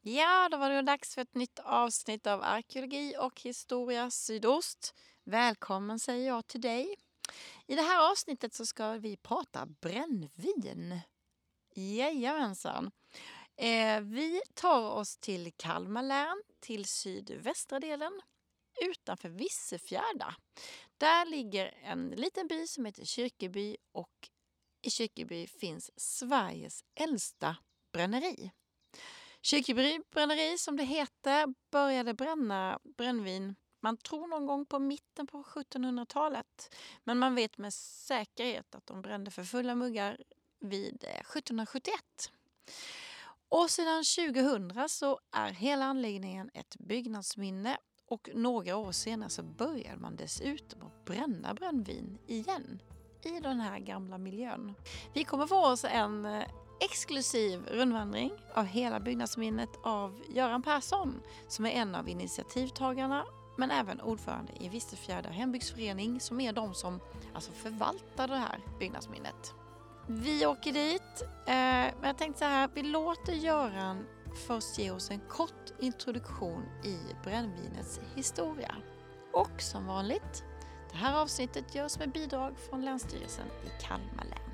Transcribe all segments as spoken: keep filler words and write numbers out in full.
Ja, då var det dags för ett nytt avsnitt av Arkeologi och historia sydost. Välkommen säger jag till dig. I det här avsnittet så ska vi prata brännvin. Jajamensan. Eh, vi tar oss till Kalmar län, till sydvästra delen, utanför Vissefjärda. Där ligger en liten by som heter Kyrkeby och i Kyrkeby finns Sveriges äldsta bränneri. Kyrkeby bränneri som det heter började bränna brännvin, man tror någon gång på mitten på sjuttonhundratalet. Men man vet med säkerhet att de brände för fulla muggar vid sjuttonhundrasjuttioett. Och sedan tjugohundra så är hela anläggningen ett byggnadsminne och några år senare så började man dessutom att bränna brännvin igen i den här gamla miljön. Vi kommer få oss en exklusiv rundvandring av hela byggnadsminnet av Göran Persson som är en av initiativtagarna men även ordförande i Vissefjärda hembygdsförening som är de som alltså förvaltar det här byggnadsminnet. Vi åker dit, eh, men jag tänkte så här, vi låter Göran först ge oss en kort introduktion i brännvinets historia. Och som vanligt, det här avsnittet görs med bidrag från Länsstyrelsen i Kalmar län.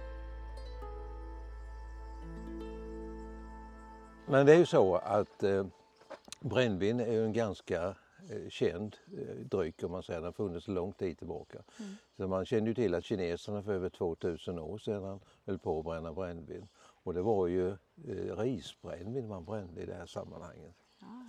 Men det är ju så att eh, brännvin är en ganska eh, känd eh, dryck om man säger. Den har funnits lång tid tillbaka. Mm. Så man känner ju till att kineserna för över tvåtusen år sedan höll på att bränna brännvin. Och det var ju eh, risbrännvin man brände i det här sammanhanget. Mm.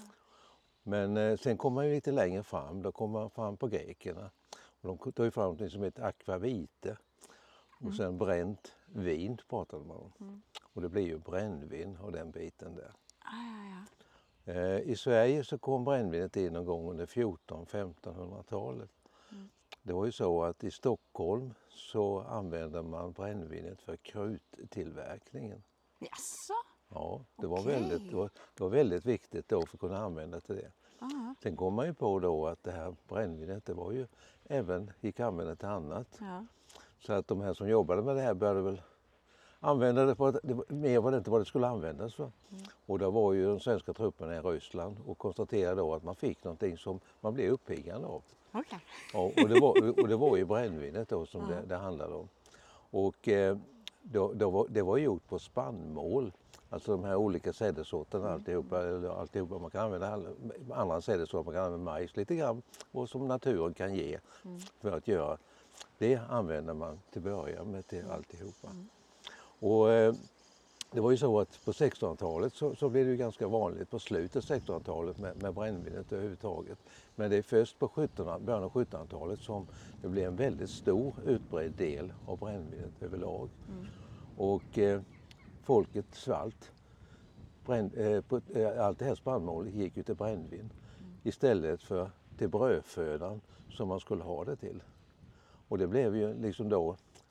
Men eh, sen kommer man ju lite längre fram, då kommer man fram på grekerna. Och de tog ju fram något som heter akvavite. Och sen bränt vin pratade man om. Mm. Och det blir ju brännvin av den biten där. Ah, ja, ja. Eh, I Sverige så kom brännvinet in någon gång under fjorton-femtonhundratalet. Mm. Det var ju så att i Stockholm så använde man brännvinet för kruttillverkningen. Jaså? Ja, det var, väldigt, det, var, det var väldigt viktigt då för att kunna använda till det. Aha. Sen kom man ju på då att det här brännvinet det var ju även gick att använda till annat. Ja. Så att de här som jobbade med det här började väl använda det på att det, mer var det inte vad det skulle användas för. Mm. Och då var ju de svenska trupperna i Ryssland och konstaterade då att man fick någonting som man blev uppiggande av. Okay. Ja, och, det var, och det var ju brännvinet då som mm. det, det handlade om. Och eh, då, då var, det var gjort på spannmål. Alltså de här olika sädessorterna, mm. alltihopa, alltihopa. Man kan använda andra sädessorter, man kan använda majs lite grann och som naturen kan ge mm. för att göra. Det använder man till början med till alltihopa. Mm. Och eh, det var ju så att på sextonhundratalet så, så blev det ju ganska vanligt på slutet av sextonhundratalet med, med brännvinet överhuvudtaget. Men det är först på sjuttonhundratalet, början av sjuttonhundratalet som det blev en väldigt stor utbredd del av brännvinet överlag. Mm. Och eh, folket svalt. Bränn, eh, på, eh, allt det här spannmålet gick ju till brännvin mm. istället för till brödfödan som man skulle ha det till. Och det blev ju liksom då,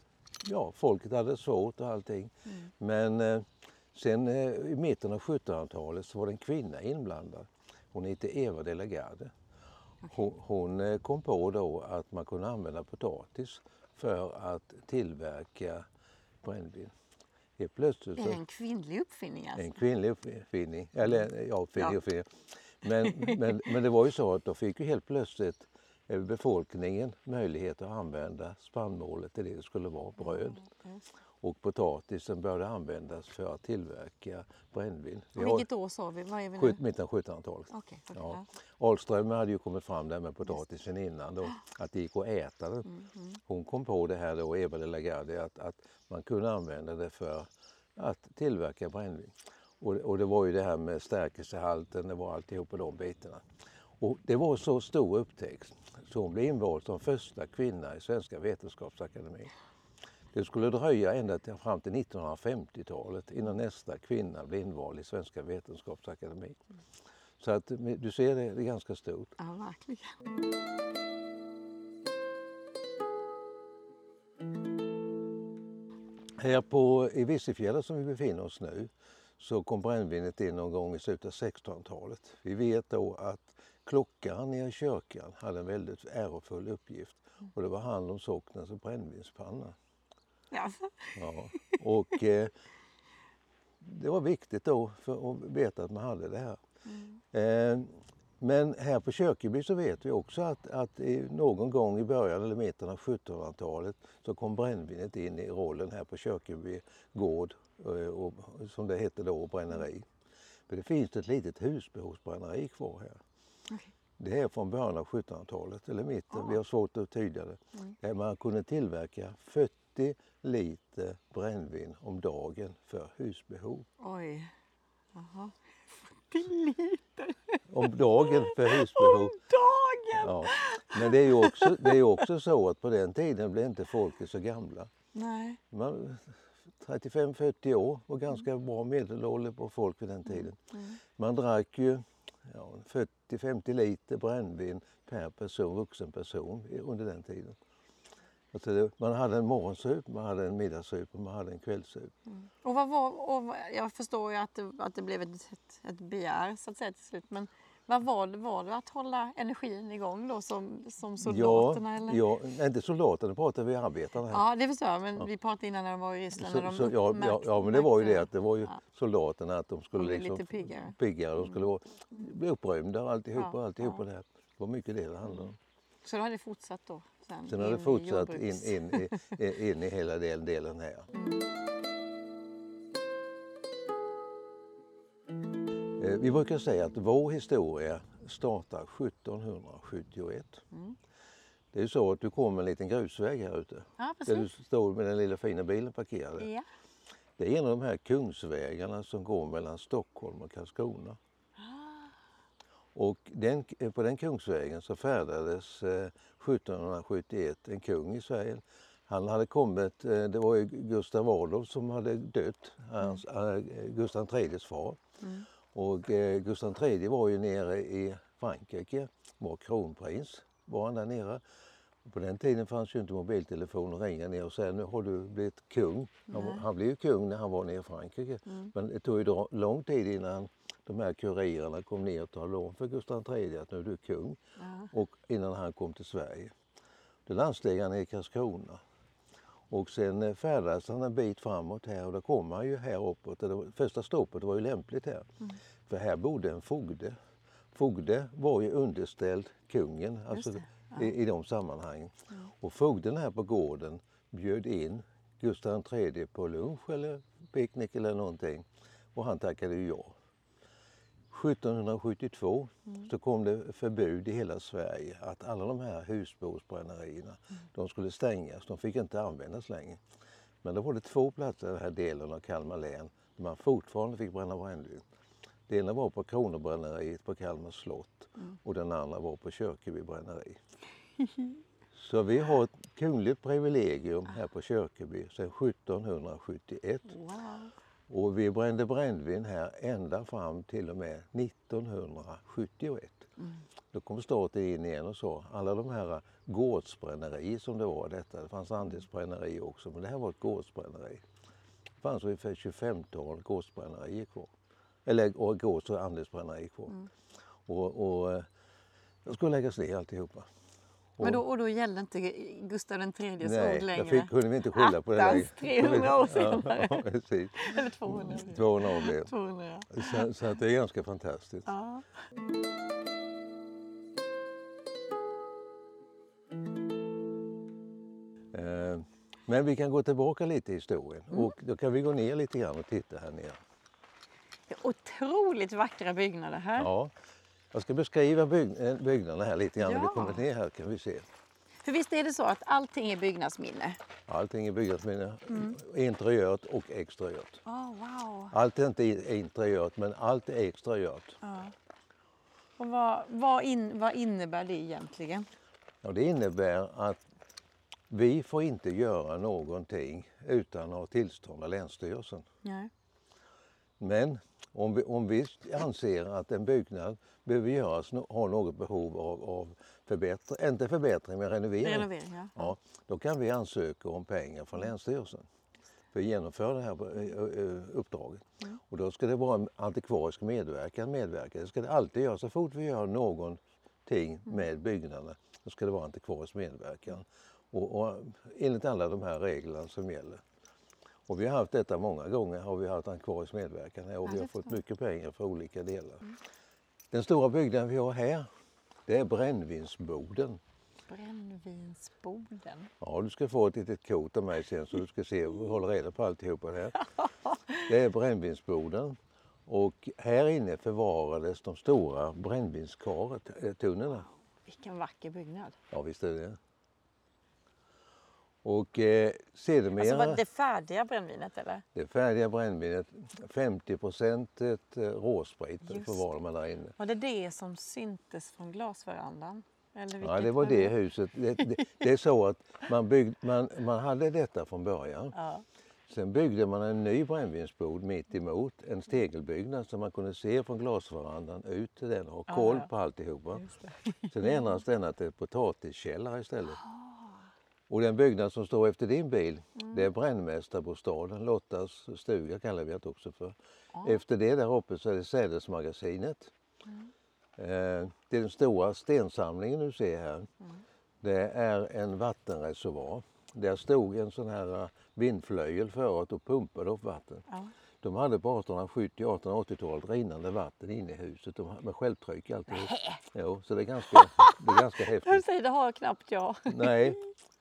ja folket hade det svårt och allting. Mm. Men eh, sen eh, i mitten av sjuttonhundratalet så var det en kvinna inblandad. Hon hette Eva de la Garde. Okay. Hon, hon eh, kom på då att man kunde använda potatis för att tillverka brännvin. Det plötsligt så, är det en kvinnlig uppfinning alltså? En kvinnlig uppfinning, eller ja, uppfinning, ja. uppfinning. Men, men, men det var ju så att då fick ju helt plötsligt befolkningen möjlighet att använda spannmålet till det det skulle vara, bröd. Mm. Och potatisen började användas för att tillverka brännvin. Och vilket år sa vi? Vad är vi nu? Mitten av sjuttonhundratalet. Okay, okay, ja. Ahlström hade ju kommit fram där med potatisen innan då, att det gick att äta den. Mm, mm. Hon kom på det här då, Eva de la Garde, att, att man kunde använda det för att tillverka brännvin. Och, och det var ju det här med stärkelsehalten, det var alltihop på de bitarna. Och det var så stor upptäckt så hon blev invald som första kvinna i Svenska vetenskapsakademin. Det skulle dröja ända till, fram till nittonhundrafemtiotalet innan nästa kvinna blev invald i Svenska vetenskapsakademin. Så att du ser det, det är ganska stort. Ja, verkligen. Här på, i Vissefjärda som vi befinner oss nu så kom brännvinet in någon gång i slutet av sextonhundratalet. Vi vet då att klockaren i kyrkan hade en väldigt ärofull uppgift och det var hand om socknens brännvinspanna. Jaså? Ja, och eh, det var viktigt då för att veta att man hade det här. Mm. Eh, men här på Kökeby så vet vi också att, att i, någon gång i början eller mitten av sjuttonhundratalet så kom brännvinet in i rollen här på Kökeby gård, och, och, som det hette då, bränneri. För det finns ett litet husbehovsbränneri kvar här. Okay. Det är från början av sjuttonhundratalet eller mitten, ah. vi har svårt att tyda det. Mm. Där man kunde tillverka fyrtio liter brännvin om dagen för husbehov. Oj, jaha. fyrtio liter? Om dagen för husbehov. Om dagen! Ja. Men det är ju också, det är också så att på den tiden blev inte folket så gamla. Nej. Man, trettiofem till fyrtio år var ganska mm. bra medelålder på folk vid den tiden. Mm. Mm. Man drack ju ja, fyrtio till femtio liter brännvin per person, vuxen person under den tiden. Alltså det, man hade en morgonsup, man hade en middagssup och man hade en kvällssup. Mm. Och vad var, och jag förstår ju att det, att det blev ett, ett, ett begär så att säga till slut, men vad var det, var det att hålla energin igång då som, som soldaterna? Ja, eller? ja, inte soldaterna, pratar vi arbetarna här. Ja, det förstår jag, men ja. vi pratade innan när de var i Ryssland. Så, när de så, ja, ja, ja, men det var ju det att det var ju ja. soldaterna att de skulle de liksom lite piggare. piggare, de skulle vara, bli upprymda och alltihopa, ja, alltihopa ja. det här. Det var mycket det det handlade om. Så då hade det fortsatt då? Sen, sen har det fortsatt in, in, in, in i hela den delen här. Mm. Vi brukar säga att vår historia startar sjuttonhundrasjuttioett. Mm. Det är ju så att du kommer en liten grusväg här ute. Ja, precis. Där du står med den lilla fina bilen parkerad. Ja. Det är en av de här kungsvägarna som går mellan Stockholm och Karlskrona. Och den, på den kungsvägen så färdades eh, sjuttonhundrasjuttioett en kung i Sverige. Han hade kommit, eh, det var ju Gustav Adolf som hade dött, hans, eh, Gustav den tredjes far. Mm. Och eh, Gustav den tredje var ju nere i Frankrike, var kronprins, var han där nere. Och på den tiden fanns ju inte mobiltelefon och ringa ner och säga nu har du blivit kung. Han, han blev ju kung när han var nere i Frankrike. Mm. Men det tog ju då lång tid innan de här kurirerna kom ner och talade om för Gustav den tredje att nu är du kung. Ja. Och innan han kom till Sverige. Då landsteg han i Karlskrona. Och sen färdades han en bit framåt här och då kom han ju här uppåt. Det första stoppet var ju lämpligt här. Mm. För här bodde en fogde. Fogde var ju underställd kungen alltså ja. i, i de sammanhangen. Mm. Och fogden här på gården bjöd in Gustav den tredje på lunch eller picknick eller någonting. Och han tackade ju ja. sjuttonhundrasjuttiotvå mm. så kom det förbud i hela Sverige att alla de här husbehovsbrännerierna mm. de skulle stängas, de fick inte användas längre. Men då var det två platser i den här delen av Kalmar län där man fortfarande fick bränna brännvin. Det ena var på Kronobränneriet på Kalmar slott mm. och den andra var på Kökeby bränneri. Så vi har ett kungligt privilegium här på Kökeby sedan sjuttonhundrasjuttioett. Wow. Och vi brände brännvin här ända fram till och med nittonhundrasjuttioett. Mm. Då kom staten in igen och sa alla de här gårdsbrännerier som det var detta. Det fanns andelsbränneri också men det här var ett gårdsbränneri. Det fanns ungefär tjugofemtal gårdsbrännerier kvar. Eller och gårds- och andelsbrännerier kvar. Mm. Och, och det skulle läggas ner alltihopa. Men då, och då gällde inte Gustav den tredjes ord längre? Nej, därför kunde vi inte skylla på det längre. trehundra år senare. Ja, precis. Eller tvåhundra. tvåhundra år blev tvåhundra, ja. så, så att det är ganska fantastiskt. Ja. Eh, men vi kan gå tillbaka lite i historien. Mm. Och då kan vi gå ner lite grann och titta här nere. Det är otroligt vackra byggnader här. Ja. Jag ska beskriva bygg- byggnaderna här lite grann. Ja. När vi kommer ner här kan vi se. För visst är det så att allting är byggnadsminne? Allting är byggnadsminne. Mm. Interiört och exteriört. Oh, wow. Allt är inte interiört men allt är exteriört. Ja. Och vad, vad, in, vad innebär det egentligen? Ja, det innebär att vi får inte göra någonting utan att ha tillstånd av Länsstyrelsen. Nej. Men om vi, om vi anser att en byggnad behöver göras, har något behov av, av förbättring, inte förbättring men renovering, renovering ja. Ja, då kan vi ansöka om pengar från Länsstyrelsen för att genomföra det här uppdraget. Mm. Och då ska det vara en antikvarisk medverkan. medverkan. Det ska det alltid göra. Så fort vi gör någonting med byggnaderna då ska det vara antikvarisk medverkan. Och, och enligt alla de här reglerna som gäller. Och vi har haft detta många gånger, har vi haft Antikvarisk medverkan här och Ja, vi har det fått förstår mycket pengar för olika delar. Mm. Den stora byggnaden vi har här, det är brännvinsboden. Brännvinsboden? Ja, du ska få ett litet kort av mig sen så du ska se och hålla reda på alltihopa här. Det är brännvinsboden. Och här inne förvarades de stora brännvinskartunnorna. Vilken vacker byggnad. Ja, visst är det. Och eh, sedermera... Alltså var det färdiga brännvinet eller? Det färdiga brännvinet, femtio procent råsprit förvarar man där inne. Var det det som syntes från glasverandan? Eller ja, det var det, det huset. Det, det, det är så att man, byggde, man, man hade detta från början. Ja. Sen byggde man en ny brännvinsbod mitt emot, en stegelbyggnad som man kunde se från glasverandan ut till den och ha koll på alltihopa. Sen ändras denna till potatiskällare istället. Och den byggnad som står efter din bil, mm. det är brännmästarbostaden, Lottas stuga kallar vi det också för. Ja. Efter det där uppe så är det sädesmagasinet. Mm. Eh, det är den stora stensamlingen du ser här. Mm. Det är en vattenreservoar. Där stod en sån här vindflöjel förut och pumpade upp vatten. Ja. De hade på artonhundrasjuttio och artonhundraåttiotalet rinnande vatten inne i huset med självtryck alltihop. Jo, så det är ganska, det är ganska häftigt. Jag säger, det har knappt jag. Nej.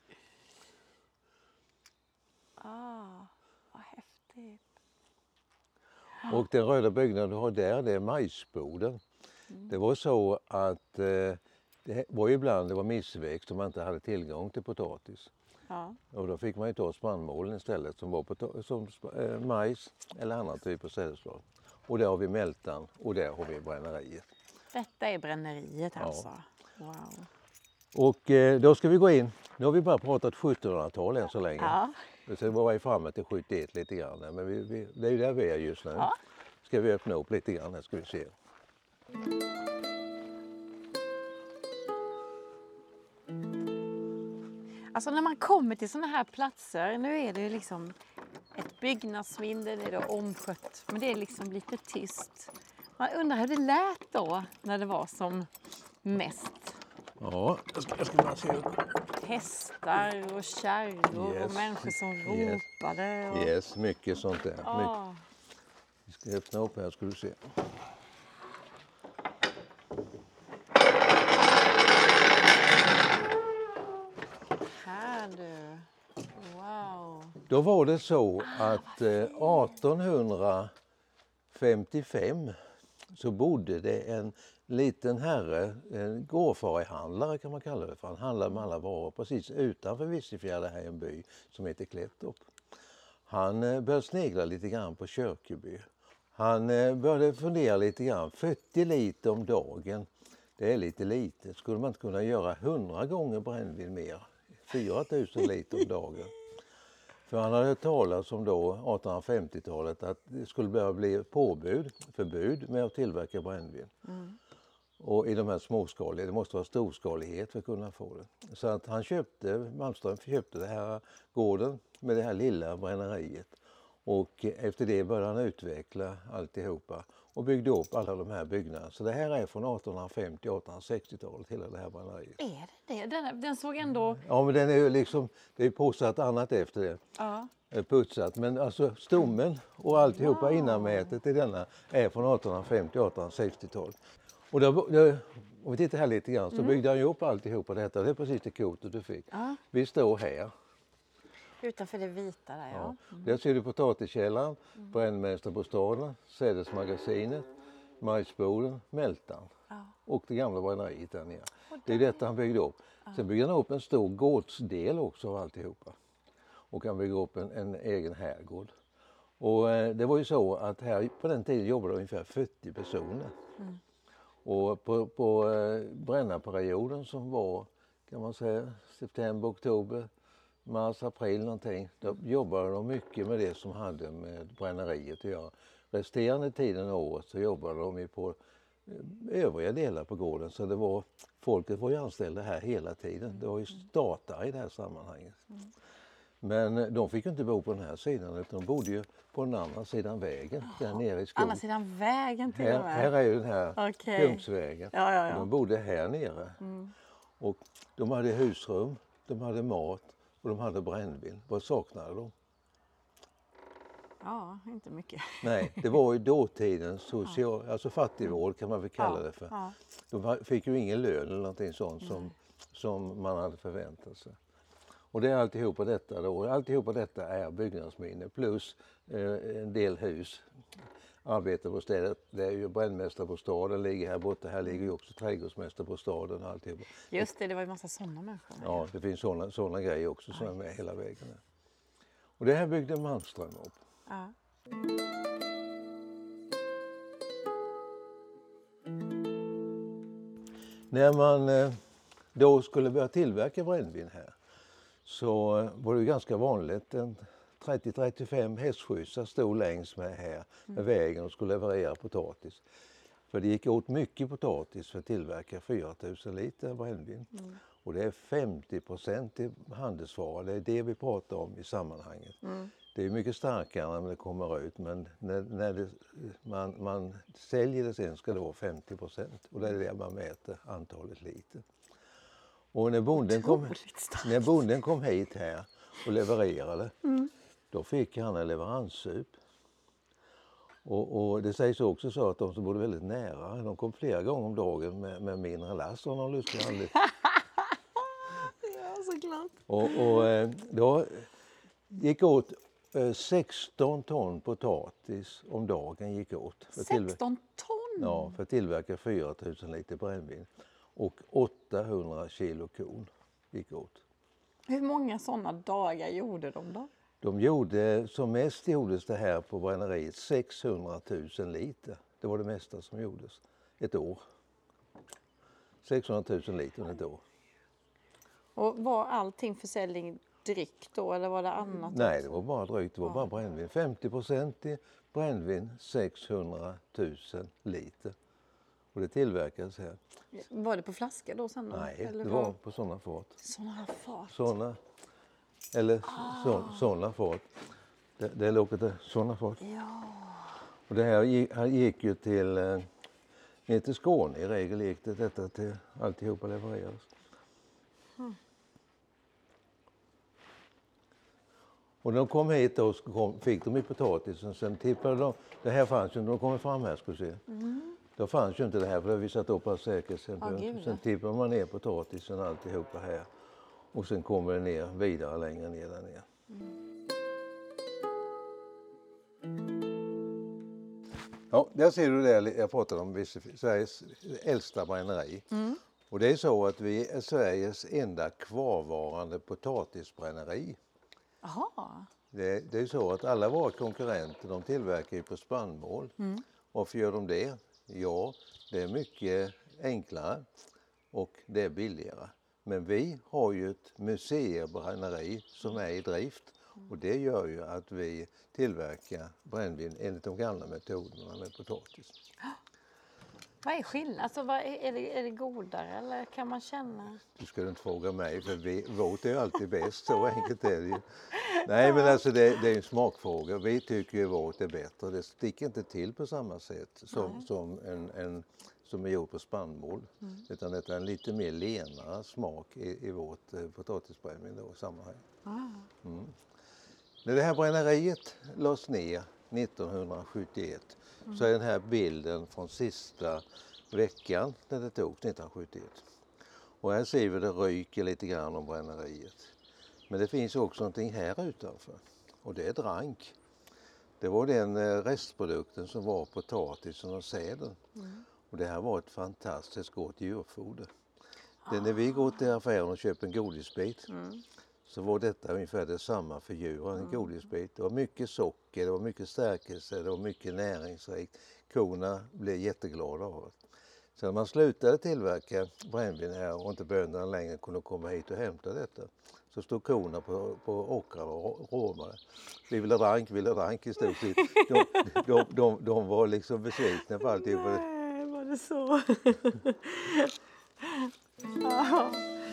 Ah, vad häftigt. Och den röda byggnaden du har där, det är majsboden. Mm. Det var så att eh, det var ibland det var missväxt och man inte hade tillgång till potatis. Ja. Och då fick man ju ta spannmålen istället som var pota- som eh, majs eller annan typ av sädesslag. Och där har vi mältan och där har vi bränneriet. Detta är bränneriet alltså? Ja. Wow. Och eh, då ska vi gå in, nu har vi bara pratat sjuttonhundratal än så länge. Ja. Så var vi framme till sjuttioett lite grann, men vi, vi, det är ju där vi är just nu. Ja. Ska vi öppna upp lite grann här ska vi se. Alltså när man kommer till sådana här platser, nu är det ju liksom ett byggnadsvindel, det är det omskött, men det är liksom lite tyst. Man undrar hur det lät då när det var som mest. Ja, jag ska, jag ska bara se upp. Hästar och kärror yes. och människor som ropade. Och... Yes, mycket sånt där. Ah. Mycket. Vi ska öppna upp här ska du se. Här du. Wow. Då var det så att eh, artonhundrafemtiofem så bodde det en liten herre, en gårdfarihandlare kan man kalla det för. Han handlade med alla varor precis utanför Vissefjärda här i en by som heter Klättorp. Han eh, började snegla lite grann på Körkeby. Han eh, började fundera lite grann, fyrtio liter om dagen, det är lite lite. Skulle man inte kunna göra hundra gånger brännvin mer? fyra tusen liter om dagen. För han hade hört talas om då artonhundrafemtiotalet att det skulle börja bli påbud, förbud med att tillverka brännvin. Mm. Och i de här småskaliga, det måste vara storskalighet för att kunna få det. Så att han köpte, Malmström köpte det här gården med det här lilla bränneriet. Och efter det började han utveckla alltihopa och byggde upp alla de här byggnaderna. Så det här är från artonhundrafemtio till artonhundrasextiotalet, hela det här bränneriet. Är det det? Den, den såg ändå... Ja, men den är ju liksom, det är påsatt annat efter det. Ja. Putsat, men alltså stommen och alltihopa wow. Innanmätet i denna är från artonhundrafemtio till artonhundrasextiotalet. Och då, då, om vi tittar här lite grann så mm. byggde han ju upp alltihopa detta. Det är precis det kortet du fick. Ja. Vi står här. Utanför det vita där, ja. ja. Mm. Där ser du potatiskällaren, mm. brännmästarbostaden, sädesmagasinet, majsboden, mältan ja. Och det gamla bränneriet där nere. Det är detta han byggde upp. Ja. Sen byggde han upp en stor gårdsdel också av alltihopa. Och han byggde upp en, en egen herrgård. Och eh, det var ju så att här på den tiden jobbade ungefär fyrtio personer. Mm. Och på, på eh, brännarperioden som var, kan man säga, september, oktober, mars, april någonting. Då jobbade de mycket med det som hade med bränneriet att göra. Resterande tiden av året så jobbade de ju på övriga delar på gården. Så det var, folket var ju anställda här hela tiden. Det var ju statare i det här sammanhanget. Mm. Men de fick ju inte bo på den här sidan utan de bodde ju på den andra sidan vägen. Där nere i skogen. Andra sidan vägen till här, och med? Här är ju den här okay. Kungsvägen. Ja, ja, ja. De bodde här nere. Mm. Och de hade husrum, de hade mat och de hade brännvin. Vad saknade de? Ja, inte mycket. Nej, det var ju dåtidens social, ja. alltså fattigvård kan man väl kalla ja. det för. Ja. De fick ju ingen lön eller någonting sånt som, som man hade förväntat sig. Och det är alltihopa detta då. Alltihopa detta är byggnadsminne plus eh, en del hus. Arbetarbostäder, det är ju brännmästarbostaden ligger här borta. Här ligger ju också trädgårdsmästarbostaden och alltihopa. Just det, det var ju massa sådana människor. Ja, det finns sådana, sådana grejer också som är med hela vägen. Och det här byggde Malmström upp. Ja. När man eh, då skulle börja tillverka brännvin här så eh, var det ju ganska vanligt. En trettio till trettiofem hästskjutsar stod längs med här med mm. vägen och skulle leverera potatis. För det gick åt mycket potatis för att tillverka fyra tusen liter brännvin. Mm. Och det är femtio procent i handelsvara, det är det vi pratar om i sammanhanget. Mm. Det är mycket starkare när det kommer ut, men när, när det, man, man säljer det sen ska det vara femtio procent. Och det är det man mäter antalet liter. Och när bonden, kom, när bonden kom hit här och levererade, mm. då fick han en leveranssup. Och, och det sägs också så att de som bodde väldigt nära, de kom flera gånger om dagen med, med mindre last och någon lustig anledning. Ja, såklart. Och, och då gick åt sexton ton potatis om dagen gick åt. För sexton ton? Ja, för att tillverka fyra tusen liter brännvin. Och åttahundra kilo korn gick åt. Hur många sådana dagar gjorde de då? De gjorde, som mest gjordes det här på bränneriet, sexhundratusen liter. Det var det mesta som gjordes ett år. sexhundratusen liter under ett år. Och var allting försäljning dryck då eller var det annat? Nej, det var bara dryck, det var ja. bara brännvin. femtio procent i brännvin, sexhundratusen liter. Och det tillverkades här. Var det på flaska då sen? Då? Nej, eller det var på sådana fat. Sådana fat? Sådana, eller ah. så, sådana fat. Det, det är locket där, sådana fat. Ja. Och det här gick, här gick ju till, eh, ner till Skåne i regel gick det detta till alltihopa levererades. Hmm. Och när de kom hit då kom, fick de i potatisen, sen tippade de, det här fanns ju när de kom fram här skulle se. Mm. Då fanns ju inte det här för det har vi satt upp på säkerhetscentrum. Oh, sen tippar man ner potatisen alltihopa här och sen kommer det ner vidare längre ner där ner. Mm. Ja, där ser du det jag pratade om, Sveriges äldsta bränneri. Mm. Och det är så att vi är Sveriges enda kvarvarande potatisbränneri. Aha. Det, det är så att alla våra konkurrenter de tillverkar ju på spannmål. Mm. Varför gör de det? Ja, det är mycket enklare och det är billigare. Men vi har ju ett museibränneri som är i drift och det gör ju att vi tillverkar brännvin enligt de gamla metoderna med potatis. Vad är skillnaden? Alltså, vad är, är, det, är det godare eller kan man känna? Du ska inte fråga mig för vi, vårt är ju alltid bäst, så enkelt är det ju. Nej men alltså det, det är en smakfråga. Vi tycker ju vårt är bättre. Det sticker inte till på samma sätt som, som, en, en, som är gjort på spannmål. Mm. Utan det är en lite mer lenare smak i, i vårt eh, potatisbrännvin då i sammanhang. Ah. Mm. När det här bränneriet lades ner nittonhundrasjuttioett mm. så är den här bilden från sista veckan när det togs nittonhundrasjuttioett. Och här ser vi det ryker lite grann om bränneriet. Men det finns också någonting här utanför och det är drank. Det var den restprodukten som var potatisen och säden. Mm. Och det här var ett fantastiskt gott djurfoder. Ah. Det, när vi går till affären och köper en godisbit mm. så var detta ungefär detsamma för djuren, en godisbit. Det var mycket socker, det var mycket stärkelse, det var mycket näringsrikt. Korna blev jätteglada av det. Så när man slutade tillverka brännvin här och inte bönderna längre kunde komma hit och hämta detta så stod korna på, på åkrar och råmade. Vi ville drank, ville drank i stort sett. De, de, de, de var liksom besvikna på alltihop. Nej, var det så? Ja.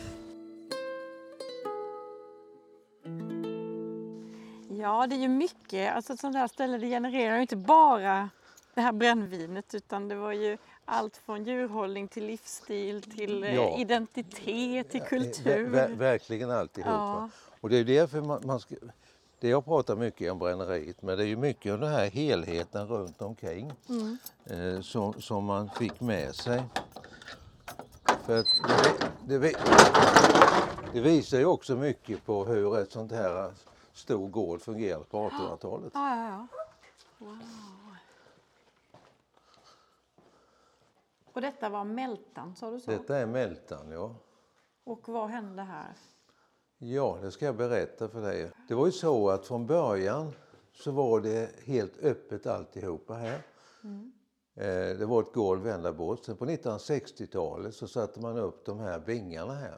Ja, det är ju mycket. Alltså sådana här ställen det genererar ju inte bara det här brännvinet utan det var ju allt från djurhållning till livsstil till ja. identitet till kultur. Ver, ver, verkligen alltihop. Ja. Och det är därför man, man ska, det jag pratar mycket om bränneriet, men det är ju mycket av den här helheten runt omkring Mm. eh, som, som man fick med sig. För att det, det, det visar ju också mycket på hur ett sånt här stor gård fungerade på artonhundratalet. Ja, ja, ja. Wow. Och detta var Mältan, sa du så? Detta är Mältan, ja. Och vad hände här? Ja, det ska jag berätta för dig. Det var ju så att från början så var det helt öppet alltihopa här. Mm. Eh, det var ett golv ända bort. Sen på nittonhundrasextiotalet så satte man upp de här bingarna här.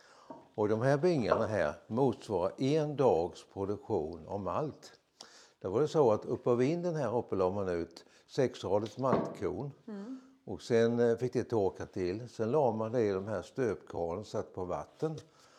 Och de här bingarna här motsvarar en dags produktion av malt. Det var det så att uppe på vinden här uppe la man ut sexradets maltkorn. Mm. Och sen fick det torka till. Sen la man det i de här stöpkaren satt på vatten.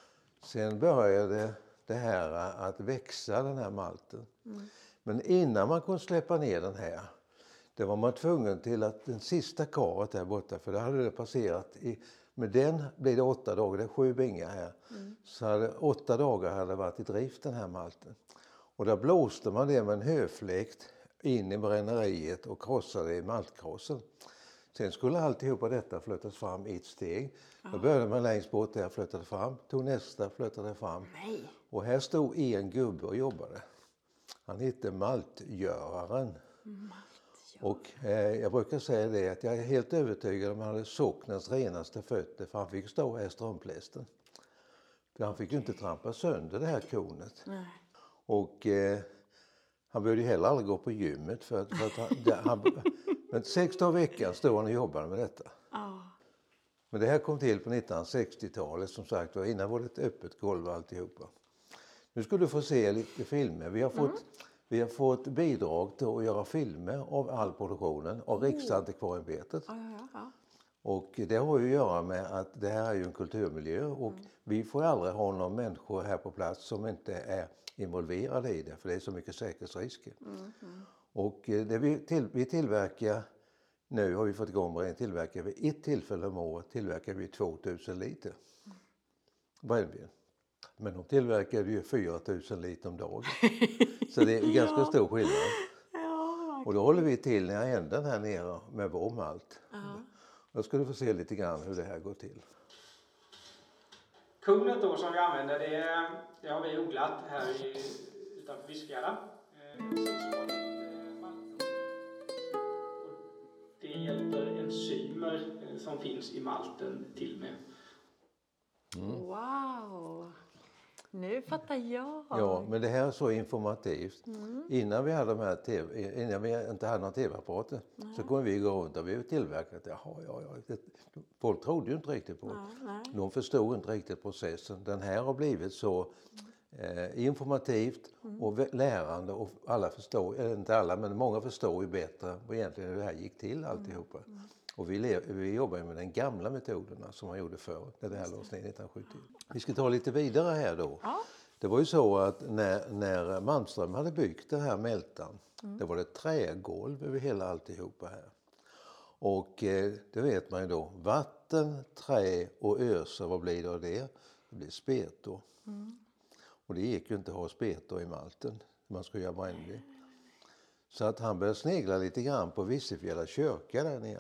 Sen började det här att växa, den här malten. Mm. Men innan man kunde släppa ner den här, det var man tvungen till att den sista karet där borta, för det hade det passerat i, med den blir det åtta dagar, det är sju bingar här. Mm. Så hade, åtta dagar hade varit i drift den här malten. Och där blåste man det med en höfläkt in i bränneriet och krossade i maltkrossen. Sen skulle alltihopa detta flyttas fram i ett steg. Ja. Då började man längst bort där, flyttade fram, tog nästa, flyttade fram. Nej. Och här stod en gubbe och jobbade. Han hette maltgöraren. Maltgöraren. Och eh, jag brukar säga det att jag är helt övertygad om att han hade socknens renaste fötter, för han fick stå här i strumplästen. För han fick ju inte trampa sönder det här kornet. Nej. Och eh, han behövde ju heller aldrig gå på gymmet för att, för att han, det, han men sex dagar i veckan stod han och jobbade med detta. Oh. Men det här kom till på nittonhundrasextiotalet, som sagt, och innan var det ett öppet golv alltihopa. Nu ska du få se lite filmer. Vi har fått, mm. vi har fått bidrag till att göra filmer av all produktionen av mm. Riksantikvarieämbetet. Oh, ja, ja. Och det har ju att göra med att det här är ju en kulturmiljö och mm. vi får aldrig ha någon människor här på plats som inte är involverade i det, för det är så mycket säkerhetsrisker. Mm. Mm. Och det vi, till, vi tillverkar, nu har vi fått igång med det, tillverkar vi ett tillfälle om året tillverkar vi tvåtusen liter brännvin. Men de tillverkar ju fyra tusen liter om dagen. Så det är ganska ja. stor skillnad. Ja, och då håller vi till i änden här nere med vår malt. Uh-huh. Då ska du få se lite grann hur det här går till. Kornet då som vi använder, det, det har vi odlat här i, utanför Viskara. Det hjälper enzymer som finns i malten till med. Mm. Wow! Nu fattar jag. Ja, men det här är så informativt. Mm. Innan vi hade de här T V, innan vi inte hade några tv-apparater mm. så kunde vi gå runt och vi har tillverkat. Jaha, ja, ja. Folk trodde ju inte riktigt på det. Mm. De förstod inte riktigt processen. Den här har blivit så eh, informativt mm. och lärande och alla förstår, eller inte alla, men många förstår ju bättre vad egentligen hur det här gick till alltihopa. Mm. Mm. Och vi, lev, vi jobbar med den gamla metoderna som man gjorde förr, när det här lades ner nittonhundrasjuttio. Vi ska ta lite vidare här då. Ja. Det var ju så att när, när Malmström hade byggt det här Mältan, mm. det var det trägolv över hela alltihopa här. Och eh, det vet man ju då, vatten, trä och ösa, vad blir det av det? Det blir spetor. Mm. Och det gick ju inte att ha spetor i malten, man skulle göra brännvin. Så att han började snegla lite grann på Vissefjärda kyrka där nere.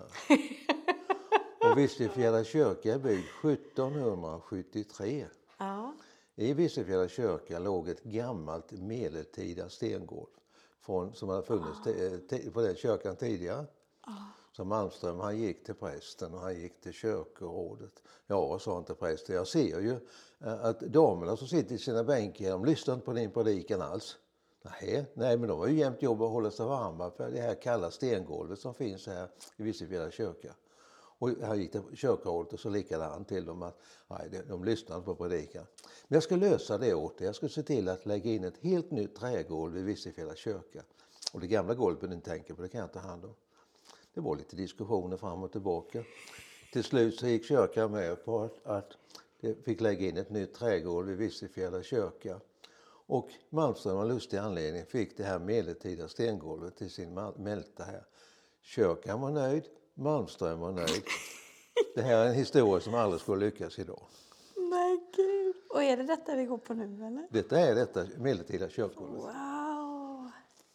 Och Vissefjärda kyrka är byggd sjuttonhundrasjuttiotre. Ja. I Vissefjärda kyrka låg ett gammalt medeltida stengolv från, som hade funnits t- t- på den kyrkan tidigare. Ja. Så Malmström, han gick till prästen och han gick till kyrkorådet. Ja, sa han till prästen, jag ser ju att damerna som sitter i sina bänkar, de lyssnar inte på din predikan alls. Nej, nej, men de har ju jämt jobb att hålla sig varma för det här kalla stengolvet som finns här i Vissefjärda kyrka. Och han gick till kyrkorådet och så likadant till dem att nej, de lyssnade på predikan. Men jag ska lösa det åt det. Jag ska se till att lägga in ett helt nytt trägolv i Vissefjärda kyrka. Och det gamla golvet ni tänker på, det kan jag ta hand om. Det var lite diskussioner fram och tillbaka. Till slut så gick kyrkan med på att, att det fick lägga in ett nytt trägolv i Vissefjärda kyrka. Och Malmström av lustig anledning fick det här medeltida stengolvet till sin mälta här. Kyrkan var nöjd, Malmström var nöjd. Det här är en historia som aldrig skulle lyckas idag. Nej gud. Och är det detta vi går på nu eller? Detta är detta medeltida kyrkogolvet. Wow!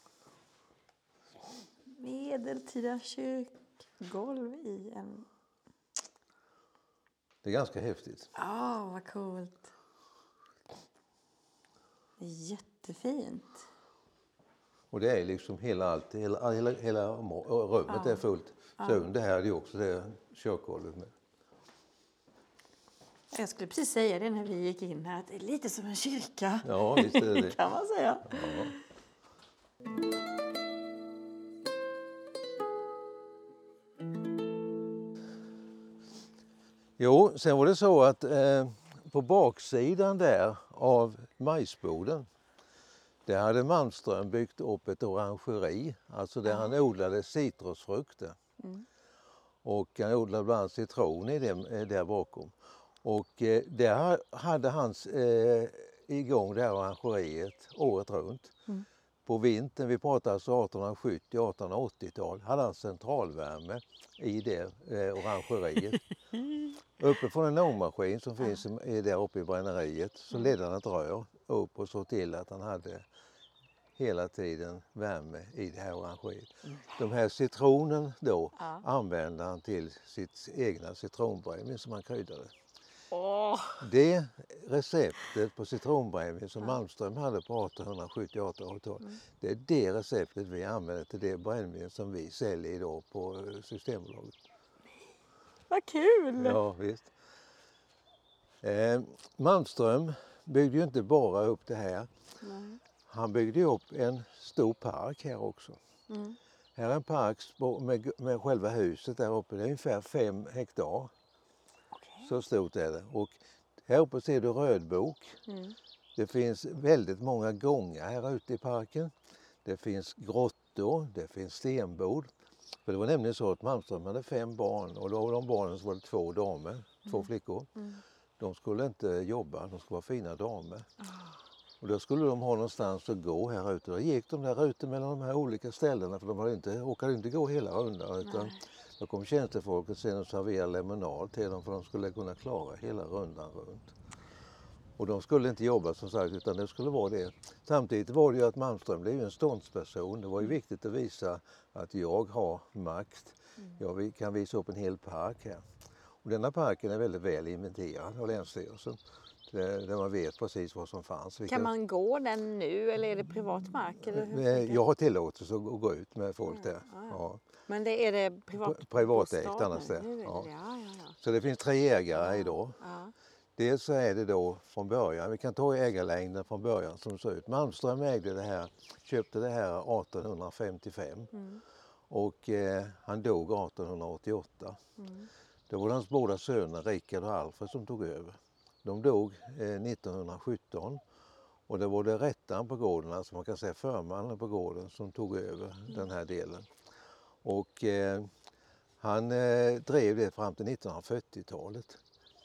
Medeltida kyrkgolv i en... Det är ganska häftigt. Ja, oh, vad coolt. Jättefint. Och det är liksom hela allt, hela, hela, hela rummet Ja. är fullt. Så Ja. under här är det också det kyrkogolvet med. Jag skulle precis säga det när vi gick in här, att det är lite som en kyrka. Ja, visst är det det. Kan man säga. Ja. Jo, sen var det så att eh, på baksidan där av majsboden, där hade Malmström byggt upp ett orangeri, alltså där han odlade citrusfrukter. Mm. Och han odlade bland annat citron i det, där bakom. Och eh, där hade han eh, igång det här orangeriet året runt. Mm. På vintern, vi pratar alltså arton sjuttio arton åttio-tal, hade han centralvärme i det eh, orangeriet. Uppe från en ångmaskin som finns i, där uppe i bränneriet så ledde han ett rör upp och såg till att han hade hela tiden värme i det här orangeriet. Mm. De här citronen då Ja. använde han till sitt egna citronbrännvin som han kryddade. Åh! Det receptet på citronbrännvin som Malmström hade på arton sjuttio arton åttio-tal, Mm. det är det receptet vi använder till det brännvin som vi säljer idag på Systembolaget. Vad kul! Ja, visst. Eh, Malmström byggde ju inte bara upp det här. Nej. Han byggde ju upp en stor park här också. Mm. Här är en park med, med själva huset där uppe. Det är ungefär fem hektar. Okej. Så stort är det. Och här uppe ser du rödbok. Mm. Det finns väldigt många gångar här ute i parken. Det finns grottor, det finns stenbord. För det var nämligen så att Malmström hade fem barn och av de barnen så var det två damer, två flickor. Mm. De skulle inte jobba, de skulle vara fina damer. Ah. Och då skulle de ha någonstans att gå här ute. Då gick de där ute mellan de här olika ställena för de hade inte, orkade inte gå hela rundan. Utan Nej. då kom tjänstefolket sen och serverade lemonad till dem för de skulle kunna klara hela rundan runt. Och de skulle inte jobba som sagt utan det skulle vara det. Samtidigt var det ju att Malmström blev en ståndsperson. Det var ju viktigt att visa att jag har makt. Jag kan visa upp en hel park här. Och denna parken är väldigt väl inventerad av Länsstyrelsen. Där man vet precis vad som fanns. Vilka... Kan man gå den nu eller är det privat mark? Eller hur Eh, funkar Jag har tillåtelse att gå ut med folk Ja, där. ja, ja. Ja. Men det är det privat Pri- privatägt bostad annars nu? det. Nu är Ja. det. Ja, ja, ja. Så det finns tre ägare idag. Ja. Dels så är det då från början, vi kan ta ägarlängden från början som ser ut. Malmström ägde det här, köpte det här arton femtiofem Mm. och eh, han dog arton åttioåtta. Mm. Det var hans båda söner, Rickard och Alfred, som tog över. De dog eh, nittonhundrasjutton och det var det rättaren på gården, alltså man kan säga förmannen på gården, som tog över Mm. den här delen. Och eh, han eh, drev det fram till nittonhundrafyrtiotalet.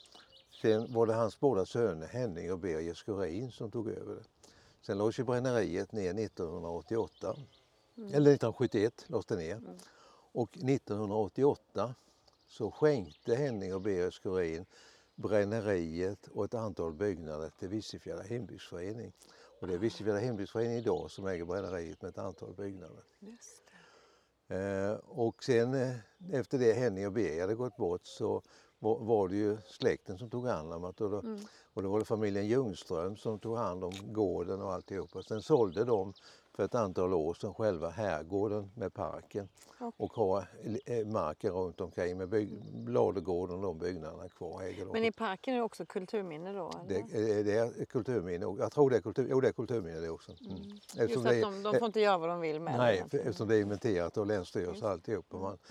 Sen var det hans båda söner Henning och Birger Skurin som tog över det. Sen lades ju bränneriet ner nittonhundraåttioåtta, Mm. eller nittonhundrasjuttioett lades det ner. Mm. Och nittonhundraåttioåtta så skänkte Henning och Birger Skurin bränneriet och ett antal byggnader till Vissefjärda hembygdsförening. Och det är Vissefjärda hembygdsförening idag som äger bränneriet med ett antal byggnader. Just det. Eh, och sen eh, efter det Henning och Birger hade gått bort så var, var det ju släkten som tog hand om det. Och då, Mm. och då var det familjen Ljungström som tog hand om gården och alltihopa. Sen sålde de för ett antal år sedan själva herrgården med parken Okej. och har eh, marken runt omkring med bygg, ladugården och de byggnaderna kvar. Äger de. Men i parken är det också kulturminne då? Det, Eller? är- det är kulturminne, och jag tror det är, kultur, jo, det är kulturminne det också. Mm. Mm. Eftersom Just det att är- de, de får inte göra vad de vill med det Nej, för, egentligen. eftersom det är inventerat av Länsstyrelsen och alltihop. Och man,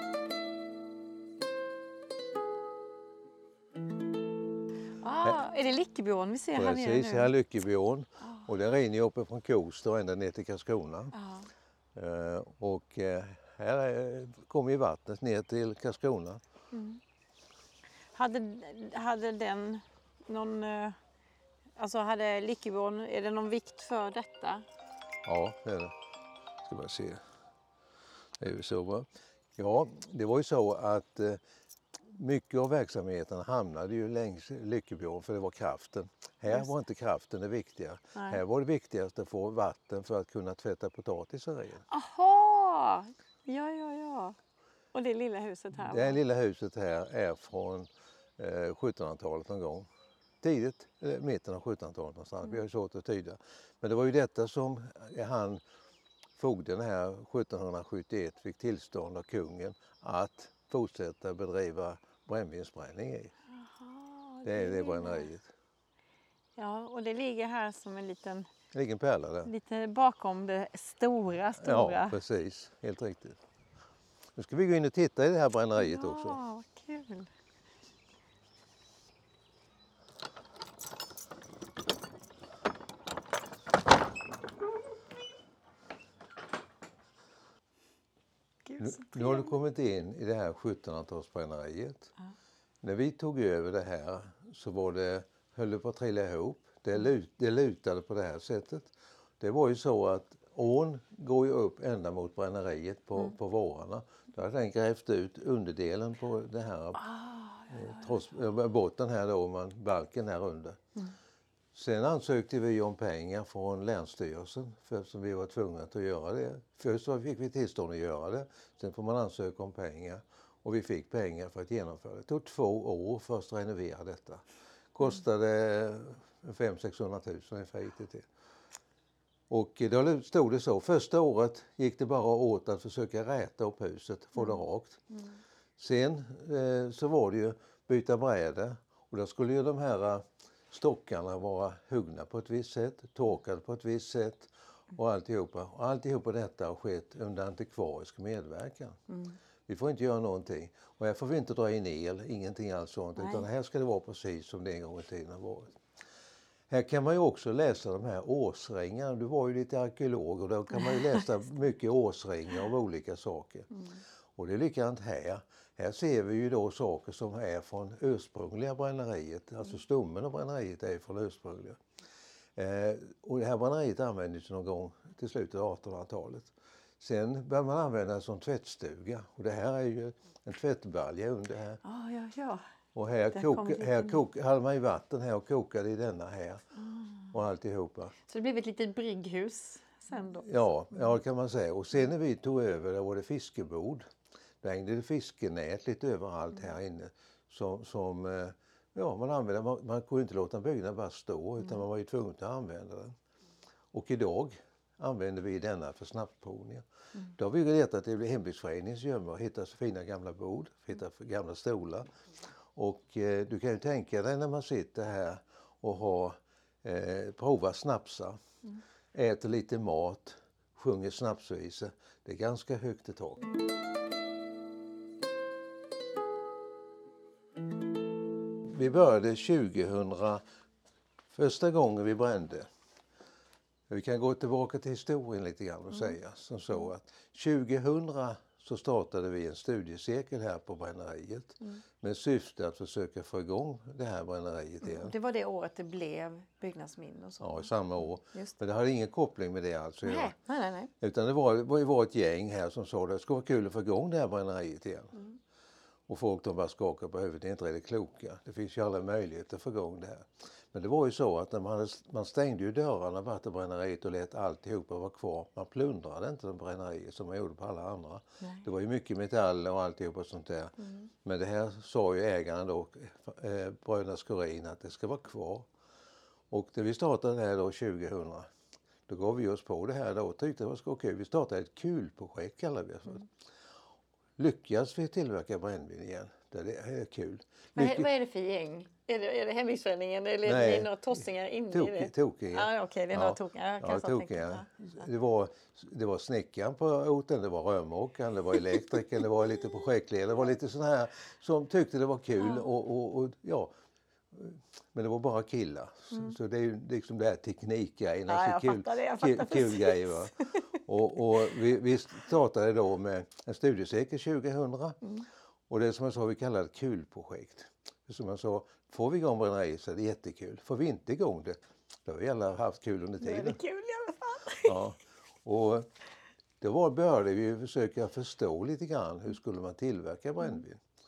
Ah, är det Lyckebån vi ser här nere precis, nu? här är Lyckebån Ah. och den rinner ju uppe från Kosta och ända ner till Karlskrona. Ja. Eh, och eh, här är, kommer ju vattnet ner till Karlskrona. Mm. Hade, hade den någon, eh, alltså hade Lyckebån, är det någon vikt för detta? Ja, det är det. Ska bara se. Det är ju så bra. Ja, det var ju så att eh, mycket av verksamheten hamnade ju längs Lyckebron för det var kraften. Här Just var inte kraften det viktiga. Nej. Här var det viktigaste att få vatten för att kunna tvätta potatisar i. Aha! Ja, ja, ja. Och det lilla huset här? Det här va? lilla huset här är från eh, sjuttonhundratalet någon gång. Tidigt, eller mitten av sjuttonhundratalet någonstans. Vi har ju svårt att tyda. Men det var ju detta som han, fogden här sjuttonhundrasjuttioett, fick tillstånd av kungen att fortsätta bedriva brännvinsbränning i. Aha, Det är det lilla. bränneriet. Ja, och det ligger här som en liten, Det ligger en pärla där. lite bakom det stora, stora. Ja, precis. Helt riktigt. Nu ska vi gå in och titta i det här bränneriet ja, också. vad kul. Gud, Nu, så nu har du trevligt. kommit in i det här sjuttonhundratalsbränneriet. Ja. När vi tog över det här så var det, höll det på att trilla ihop. Det, lut, det lutade på det här sättet. Det var ju så att ån går ju upp ända mot bränneriet på, Mm. på vårarna. Då hade den grävt ut underdelen på det här, Ah, eh, trots, eh, botten här då, man, balken här under. Mm. Sen ansökte vi om pengar från Länsstyrelsen för eftersom vi var tvungna att göra det. Först så fick vi tillstånd att göra det, sen får man ansöka om pengar och vi fick pengar för att genomföra det. Det tog två år först att renovera detta. Kostade fem sexhundra tusen ungefär gick det till. Och då stod det så, första året gick det bara åt att försöka räta upp huset, få det rakt. Mm. Sen eh, så var det ju byta bräde och då skulle ju de här stockarna vara huggna på ett visst sätt, torkade på ett visst sätt och alltihopa. Och alltihopa detta har skett under antikvarisk medverkan. Mm. Vi får inte göra någonting. Och här får vi inte dra in el, ingenting alls sånt. Nej. Utan här ska det vara precis som det en gång i tiden har varit. Här kan man ju också läsa de här årsringarna. Du var ju lite arkeolog och då kan man ju läsa mycket årsringar av olika saker. Mm. Och det är likadant här. Här ser vi ju då saker som är från ursprungliga bränneriet. Alltså stommen av bränneriet är från ursprungliga. Eh, och det här bränneriet användes någon gång till slutet av artonhundratalet. Sen började man använda det som tvättstuga. Och det här är ju en tvättbalja under här. Ah, ja, ja. Och här, Där kom koka, lite här mer. kok, hade man ju vatten här och kokade i denna här. Mm. Och alltihopa. Så det blev ett litet brygghus sen då? Ja, ja, det kan man säga. Och sen när vi tog över, då var det fiskebord. Där hängde det fiskenät lite överallt här inne. Som, som eh, ja, man använde. Man, man kunde inte låta en byggnad bara stå utan man var ju tvungen att använda den. Och idag använder vi denna för snabsprovningar. Mm. Då har vi letat i hembygdsföreningens gömmor och hittat så fina gamla bord, hittat gamla stolar. Och eh, du kan ju tänka dig när man sitter här och har eh, provat snapsar, Mm. äter lite mat, sjunger snapsvisor. Det är ganska högt i tak. Vi började tjugohundra, första gången vi brände. Vi kan gå tillbaka till historien lite grann och säga som så att tjugohundra så startade vi en studiecirkel här på bränneriet Mm. med syfte att försöka få igång det här bränneriet igen. Det var det året det blev byggnadsminne och så? Ja, i samma år. Just. Men det hade ingen koppling med det alltså. Nej, nej, nej. nej. Utan det var, det var, det var ett gäng här som sa att det skulle vara kul att få igång det här bränneriet igen. Mm. Och folk de bara skakade på huvudet, det är inte riktigt kloka. Det finns ju alla möjligheter att få igång det här. Men det var ju så att när man, hade, man stängde ju dörrarna vattenbränneriet och lät alltihopa vara kvar. Man plundrade inte den bränneriet som man gjorde på alla andra. Nej. Det var ju mycket metaller och alltihopa och sånt där. Mm. Men det här sa ju ägaren då, eh, bröderna Skorin, att det ska vara kvar. Och när vi startade här då tjugohundra, då gav vi oss på det här då och tyckte det var så kul. Vi startade ett kulprojekt kallar vi det för. Mm. Lyckas vi tillverka brännvin igen, det är kul. Vad, är, Mycket- vad är det för gäng? Är det, är det hembygdsföreningen eller är Nej. det några tossingar inne i det? Tokig, tokiga. Ja, okej, det är Ja. några tokiga. Jag kan Ja, så tänka tokiga. mig. Ja. Det var, det var snickaren på orten, det var rörmokaren, det var elektrikern, det var lite projektledare, det var lite sådana här som tyckte det var kul Ja. och, och, och ja. Men det var bara killar. Mm. Så, så det är ju liksom det här teknikgrejen, Ja, alltså jag kul, fattar det, jag kul, fattar kul precis. grejer. Va? Och, och vi, vi startade då med en studiecirkel tjugohundra. Mm. Och det som jag sa, vi kallar det ett kulprojekt. Som jag sa, får vi igång bränneriet så är det jättekul. Får vi inte igång det, då har vi alla haft kul under Nu är det tiden. kul i alla fall. Ja. Och då var, började vi försöka förstå lite grann hur skulle man tillverka brännvin.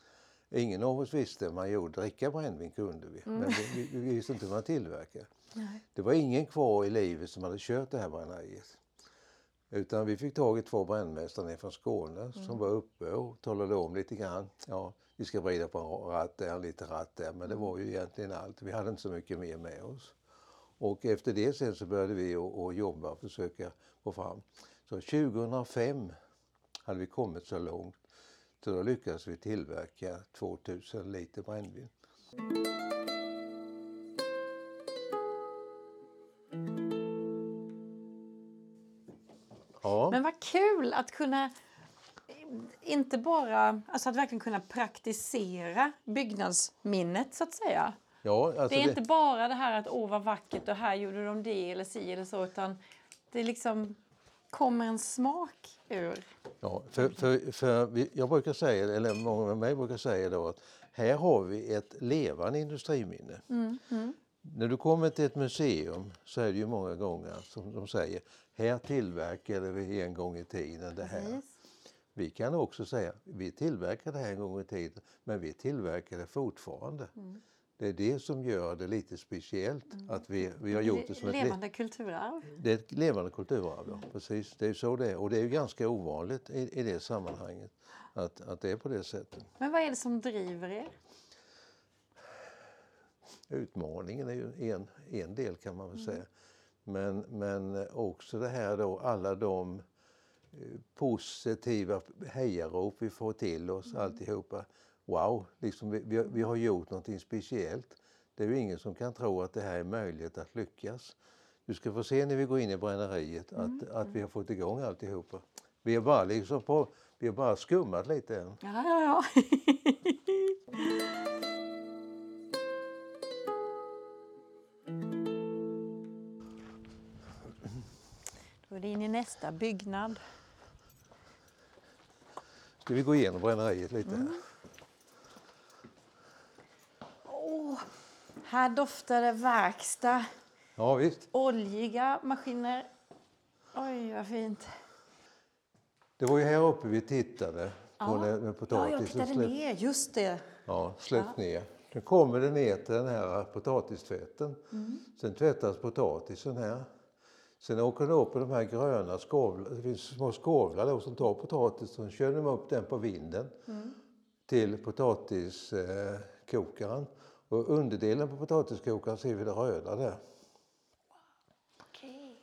ingen av oss visste man gjorde. Dricka brännvin kunde vi, mm. men vi, vi visste inte hur man tillverkar. Nej. Det var ingen kvar i livet som hade kört det här bränneriet. Utan vi fick tag i två brännmästare från Skåne mm. som var uppe och talade om lite grann. Ja, vi ska vrida på en ratt där, lite ratt där, men det var ju egentligen allt. Vi hade inte så mycket mer med oss. Och efter det sen så började vi att jobba och försöka få fram. Så tjugohundrafem hade vi kommit så långt. Så då lyckades vi tillverka tvåtusen liter brännvin. Ja. Men vad kul att kunna, inte bara, alltså att verkligen kunna praktisera byggnadsminnet så att säga. Ja, alltså det är det... inte bara det här att åh vad vackert och här gjorde de det eller si eller så, utan det liksom kommer en smak ur. Ja, för, för, för vi, jag brukar säga, eller många med mig brukar säga då att här har vi ett levande industriminne. Mm, mm. När du kommer till ett museum så är det ju många gånger som de säger, här tillverkade vi en gång i tiden det här. Precis. Vi kan också säga, vi tillverkade det här en gång i tiden, men vi tillverkar det fortfarande. Mm. Det är det som gör det lite speciellt mm. att vi, vi har gjort det som ett levande kulturarv. Det är ett levande kulturarv, ja. Precis. Det är så det är. Och det är ju ganska ovanligt i, i det sammanhanget att, att det är på det sättet. Men vad är det som driver er? Utmaningen är ju en, en del kan man väl säga. Mm. Men, men också det här då, alla de positiva hejarop vi får till oss mm. alltihopa. Wow, liksom vi, vi, vi har gjort någonting speciellt. Det är ju ingen som kan tro att det här är möjligt att lyckas. Du ska få se när vi går in i bränneriet att, mm. att vi har fått igång alltihopa. Vi har bara liksom på, vi har bara skummat lite än. Ja, ja, ja. Då är det in i nästa byggnad. Ska vi gå igenom bränneriet lite här? Mm. Oh, här doftar det verkstad. Ja, visst. Oljiga maskiner. Oj, vad fint. Det var ju här uppe vi tittade på ja. när, när potatisen ja, jag tittade släpp... ner, just det. Ja, släppt ja. ner. Nu kommer det ner till den här potatistvätten. Mm. Sen tvättas potatisen här. Sen åker det upp på de här gröna skovlar. Det finns små skovlar då som tar potatisen. Kör de upp den på vinden mm. till potatiskokaren. Och underdelen på potatiskokaren ser vi det röda där. Okej.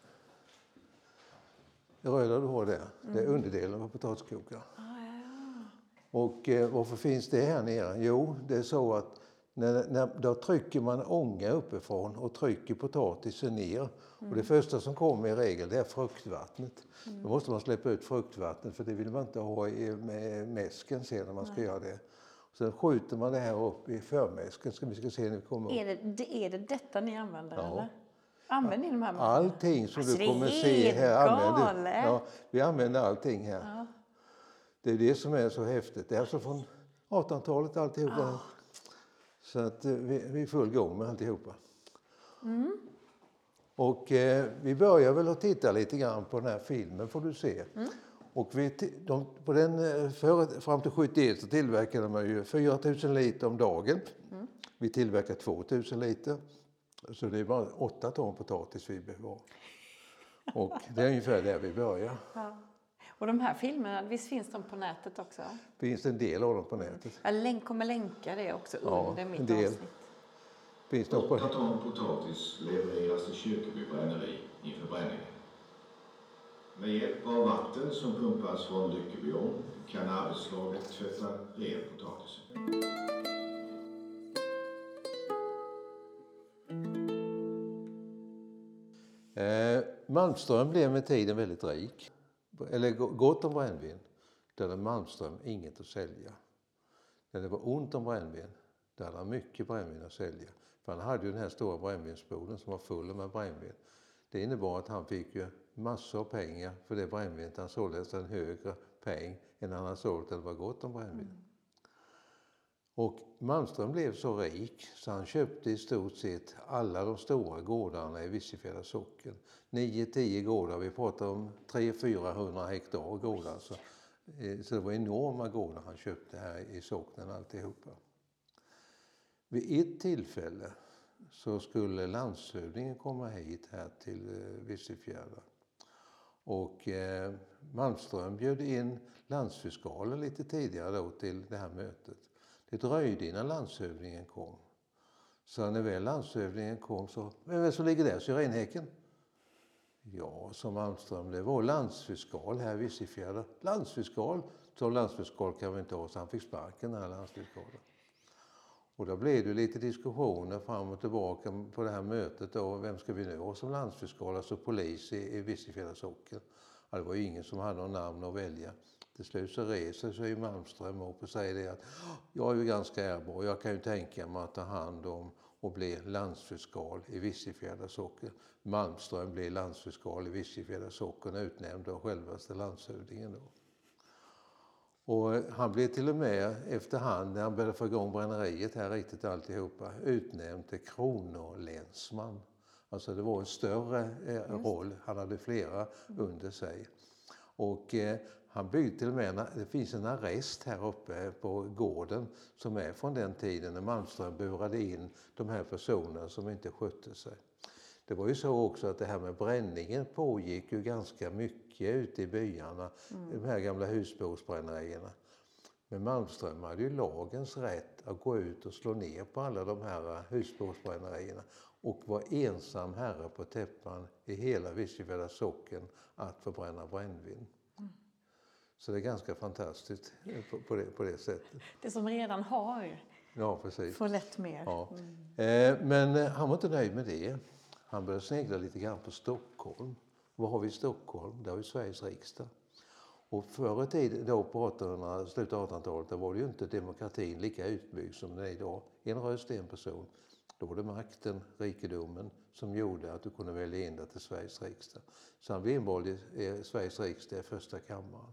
Det röda du har där, mm. det är underdelen på potatiskokaren. Ah, ja, ja. Och eh, varför finns det här nere? Jo, det är så att när, när, då trycker man ånga uppifrån och trycker potatisen ner. Mm. Och det första som kommer i regel det är fruktvattnet. Mm. Då måste man släppa ut fruktvattnet för det vill man inte ha i med mäsken sen när man ska Nej. göra det. Sen skjuter man det här upp i förmäsken så vi ska se när vi kommer upp. Är det, är det detta ni använder ja. eller? Använder ni de här maskinerna? Allting som alltså, du kommer se här använder ja, vi använder allting här. Ja. Det är det som är så häftigt. Det är alltså från artonhundratalet alltihopa. Oh. Så att vi, vi är full gång med alltihopa. Mm. Och eh, vi börjar väl att titta lite grann på den här filmen får du se. Mm. Och vi, de, på den, för, fram till sjuttioett så tillverkade man ju fyra tusen liter om dagen. Mm. Vi tillverkar två tusen liter. Så det är bara åtta ton potatis vi behöver. Och det är ungefär där vi börjar. Ja. Och de här filmerna, visst finns de på nätet också? Finns en del av dem på nätet. Jag länk, kommer länka det också under ja, mitt en del. avsnitt. Finns det på... åtta ton potatis levereras till Kyrkeby bränneri inför bränningen. Med hjälp av vatten som pumpas från Lyckebyon kan arbetslaget tvätta ren potatisen. Eh, Malmström blev med tiden väldigt rik. Eller gott om brännvin. Där hade Malmström inget att sälja. När det var ont om brännvin, där hade han mycket brännvin att sälja. För han hade ju den här stora brännvinsboden som var full med brännvin. Det innebar att han fick ju massor av pengar för det brännvinet. Han sålde en högre peng än han hade sålt när det var gott om brännvin. Mm. Och Malmström blev så rik så han köpte i stort sett alla de stora gårdarna i Vissefjärda socken. nio tio gårdar, vi pratar om tre hundra till fyrahundra hektar gårdar. Så Så det var enorma gårdar han köpte här i socknen alltihopa. Vid ett tillfälle så skulle landshövdingen komma hit här till Vissefjärda. Och eh, Malmström bjöd in landsfiskalen lite tidigare då till det här mötet. Det dröjde innan landshövdingen kom. Så när väl landshövdingen kom så, vem är det som ligger där? Syrenhäcken? Ja, som Malmström, det var landsfiskal här i Vissefjärda. Landsfiskal? Så landsfiskal kan vi inte ha, så han fick sparken den här landsfiskalen. Och då blev det lite diskussioner fram och tillbaka på det här mötet då. Vem ska vi nu ha som landsfiskal, alltså polis i, i Vissefjärda socken? Ja, det var ju ingen som hade någon namn att välja. Till slut så reser sig Malmström upp och säger det att jag är ju ganska ärbar. Jag kan ju tänka mig att ta hand om och bli landsfiskal i Vissefjärda socken. Malmström blir landsfiskal i Vissefjärda socken, utnämnd av självaste landshövdingen då. Och han blev till och med efterhand när han började få igång bränneriet här riktigt alltihopa utnämnd till kronolänsman. Alltså det var en större eh, roll, han hade flera under sig. Och eh, han byggde till och med, det finns en arrest här uppe på gården som är från den tiden när Malmström burade in de här personerna som inte skötte sig. Det var ju så också att det här med bränningen pågick ju ganska mycket ute i byarna, mm. de här gamla husbehovsbrännerierna. Men Malmström hade ju lagens rätt att gå ut och slå ner på alla de här husbehovsbrännerierna och var ensam herre på täppan i hela Vissefjärda socken att få bränna brännvin. Mm. Så det är ganska fantastiskt på, på, det, på det sättet. Det som redan har ja, precis. får lätt mer. Ja. Mm. Eh, men han var inte nöjd med det. Han började snegla lite grann på Stockholm. Vad har vi i Stockholm? Där har vi Sveriges riksdag. Och förr i tiden, då på artonhundra, slutet av artonhundratalet, då var det ju inte demokratin lika utbyggd som den är idag. En röst, en person. Då var det makten, rikedomen, som gjorde att du kunde välja in det till Sveriges riksdag. Så han blev invald i Sveriges riksdag i första kammaren.